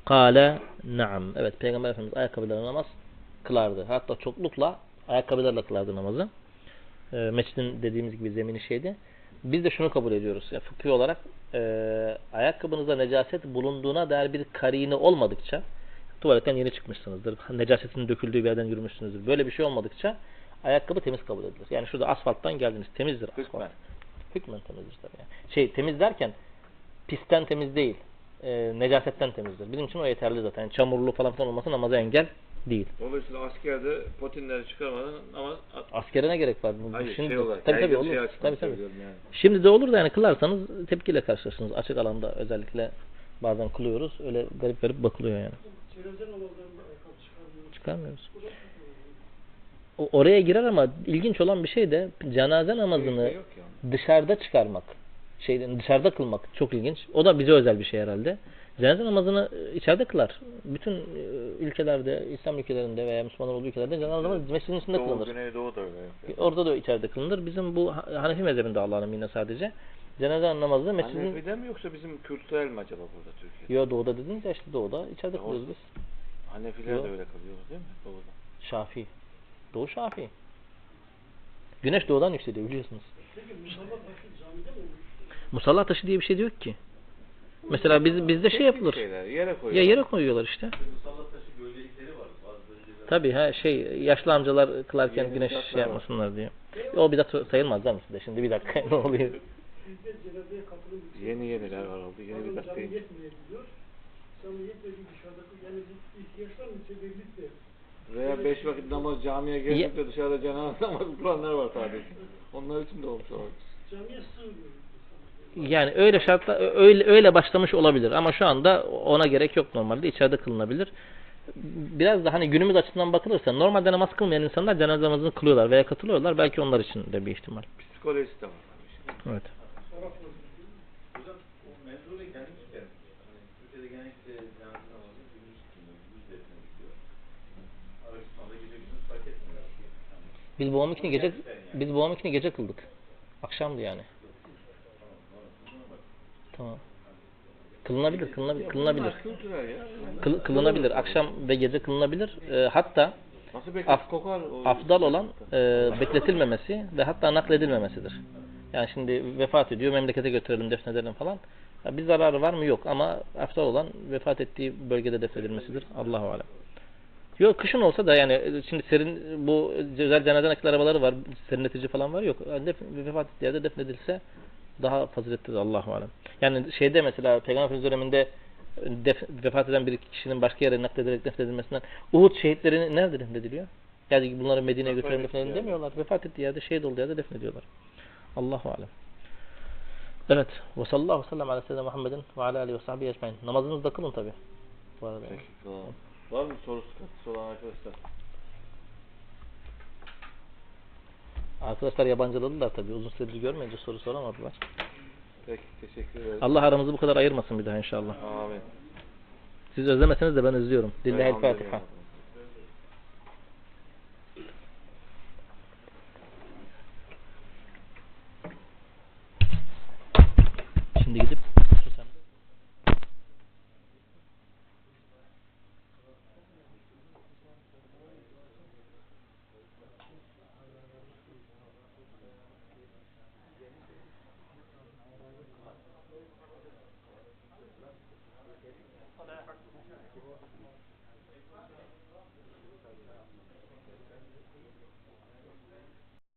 Kale naam. Evet, Peygamber Efendimiz ayakkabılarla namaz kılardı. Hatta çoklukla ayakkabılarla kılardı namazı. E, mescidin dediğimiz gibi zemini şeydi. Biz de şunu kabul ediyoruz. Yani fıkhi olarak e, ayakkabınızda necaset bulunduğuna dair bir karine olmadıkça, tuvaletten yeni çıkmışsınızdır, necasetin döküldüğü bir yerden yürümüşsünüzdür. Böyle bir şey olmadıkça ayakkabı temiz kabul edilir. Yani şurada asfalttan geldiniz, temizdir asfalt. Hükmen. Hükmen temizdir tabii. Yani. Şey, temiz derken pisten temiz değil, e, necasetten temizdir. Bizim için o yeterli zaten. Yani çamurlu falan filan olması namaza engel değil. Dolayısıyla askerde potinleri çıkarmadan ama Askere ne gerek var? Bu hayır, şimdi şey olarak, tabii tabii yaygın olur. şey açısından Tabii tabii. söylüyorum yani. Şimdi de olur da yani kılarsanız tepkiyle karşılaşırsınız. Açık alanda özellikle bazen kılıyoruz. Öyle garip garip bakılıyor yani. Cenaze namazlarında ayakkabı çıkarmıyor. Çıkarmıyoruz. O, oraya girer ama ilginç olan bir şey de cenaze namazını Yok yani. dışarıda çıkarmak, şeyden dışarıda kılmak çok ilginç. O da bize özel bir şey herhalde. Cenaze namazını içeride kılar. Bütün ülkelerde, İslam ülkelerinde veya Müslümanlar olduğu ülkelerde cenaze namazı mescidin içinde Doğu, kılınır. Güneydoğu da öyle yapıyor. Orada da içeride kılınır. Bizim bu Hanefi mezhebinde Allah'ın yine sadece cenaze namazı mescidin... Hanefi'de mi yoksa bizim kültürel mi acaba burada Türkiye'de? Yo, doğuda dediniz ya, işte doğuda içeride Doğu. kılıyoruz biz. Hanefiler Yo. de öyle kalıyorlar değil mi? Doğuda. Şafii. Doğu Şafii. Güneş doğudan yükseliyor biliyorsunuz. Peki musalla taşı camide mi olur? Musalla taşı diye bir şey de yok ki. Mesela biz, bizde şey yapılır. Şeyler, yere Ya koyuyorlar. yere koyuyorlar işte. Tabii ha şey yaşlı amcalar kılarken Yeni güneş bidatlar şey yapmasınlar diye. O bidat sayılmaz değil mi size? Şimdi bir dakika ne oluyor? Bizde cenazeye katılım yüksek. Yeni yeniler var oldu. Yeni bir Bazen dakika. cami yetmeyebiliyor. Cami yetmediği dışarıdaki yani ihtiyaçlar mütevellit de. Veya beş vakit namaz camiye gelip de dışarıda cenaze namazı kılanlar var sadece. Onlar için de olmuş olabilir. Camiye sığmıyor. Yani öyle şartla öyle öyle başlamış olabilir ama şu anda ona gerek yok normalde içeride kılınabilir. Biraz da hani günümüz açısından bakılırsa normalde namaz kılmayan insanlar cenaze namazını kılıyorlar veya katılıyorlar. Belki onlar için de bir ihtimal. Psikolojisi de var. Evet. Hocam o mevzuyla gelmişken hani Türkiye'de genellikle cenaze namazı gündüz kılınıyor, gündüz defne gidiyor. Arabistan'da gece gündüz fark etmiyor. Biz babam ikini gece biz babam ikini gece kıldık. Akşamdı yani. Tamam. Kılınabilir, kılınabilir, kılınabilir. Kültürel ya. Kıl, kılınabilir. Akşam ve gece kılınabilir. Ee, hatta Nasıl bekler? af, Kokar. o- afdal olan e, bekletilmemesi ve hatta nakledilmemesidir. Yani şimdi vefat ediyor, memlekete götürelim, defnedelim falan. Ya bir zararı var mı? Yok ama afdal olan vefat ettiği bölgede defnedilmesidir. Allahu alem. Yok kışın olsa da yani şimdi serin bu özel cenaze nakil arabaları var, serinletici falan var yok. Yani def, vefat ettiği yerde defnedilse daha faziletlidir Allahu alem. Yani şeyde mesela Peygamber Efendimiz döneminde def, vefat eden bir kişinin başka yere nakledilerek defnedilmesinden Uhud şehitlerini nerede defnediliyor? Yani bunları Medine'ye götürelim defnedelim demiyorlar. Vefat ettiği yerde, şehit olduğu yerde defnediyorlar. Allahu alem. Evet. Ve sallallahu aleyhi ve sellem ala seyyidina Muhammedin ve ala alihi ve sahbihi ecmaîn. Namazınızı da kılın tabi. Bu arada. Peki, tamam. Var mı sorusu sıkıntısı olan arkadaşlar? Arkadaşlar yabancıladılar tabi. Uzun süredir görmeyince soru soramadılar. Peki, teşekkür ederim. Allah aramızı bu kadar ayırmasın bir daha inşallah. Amin. Siz özlemeseniz de ben özlüyorum. Lillahi'l Fatiha.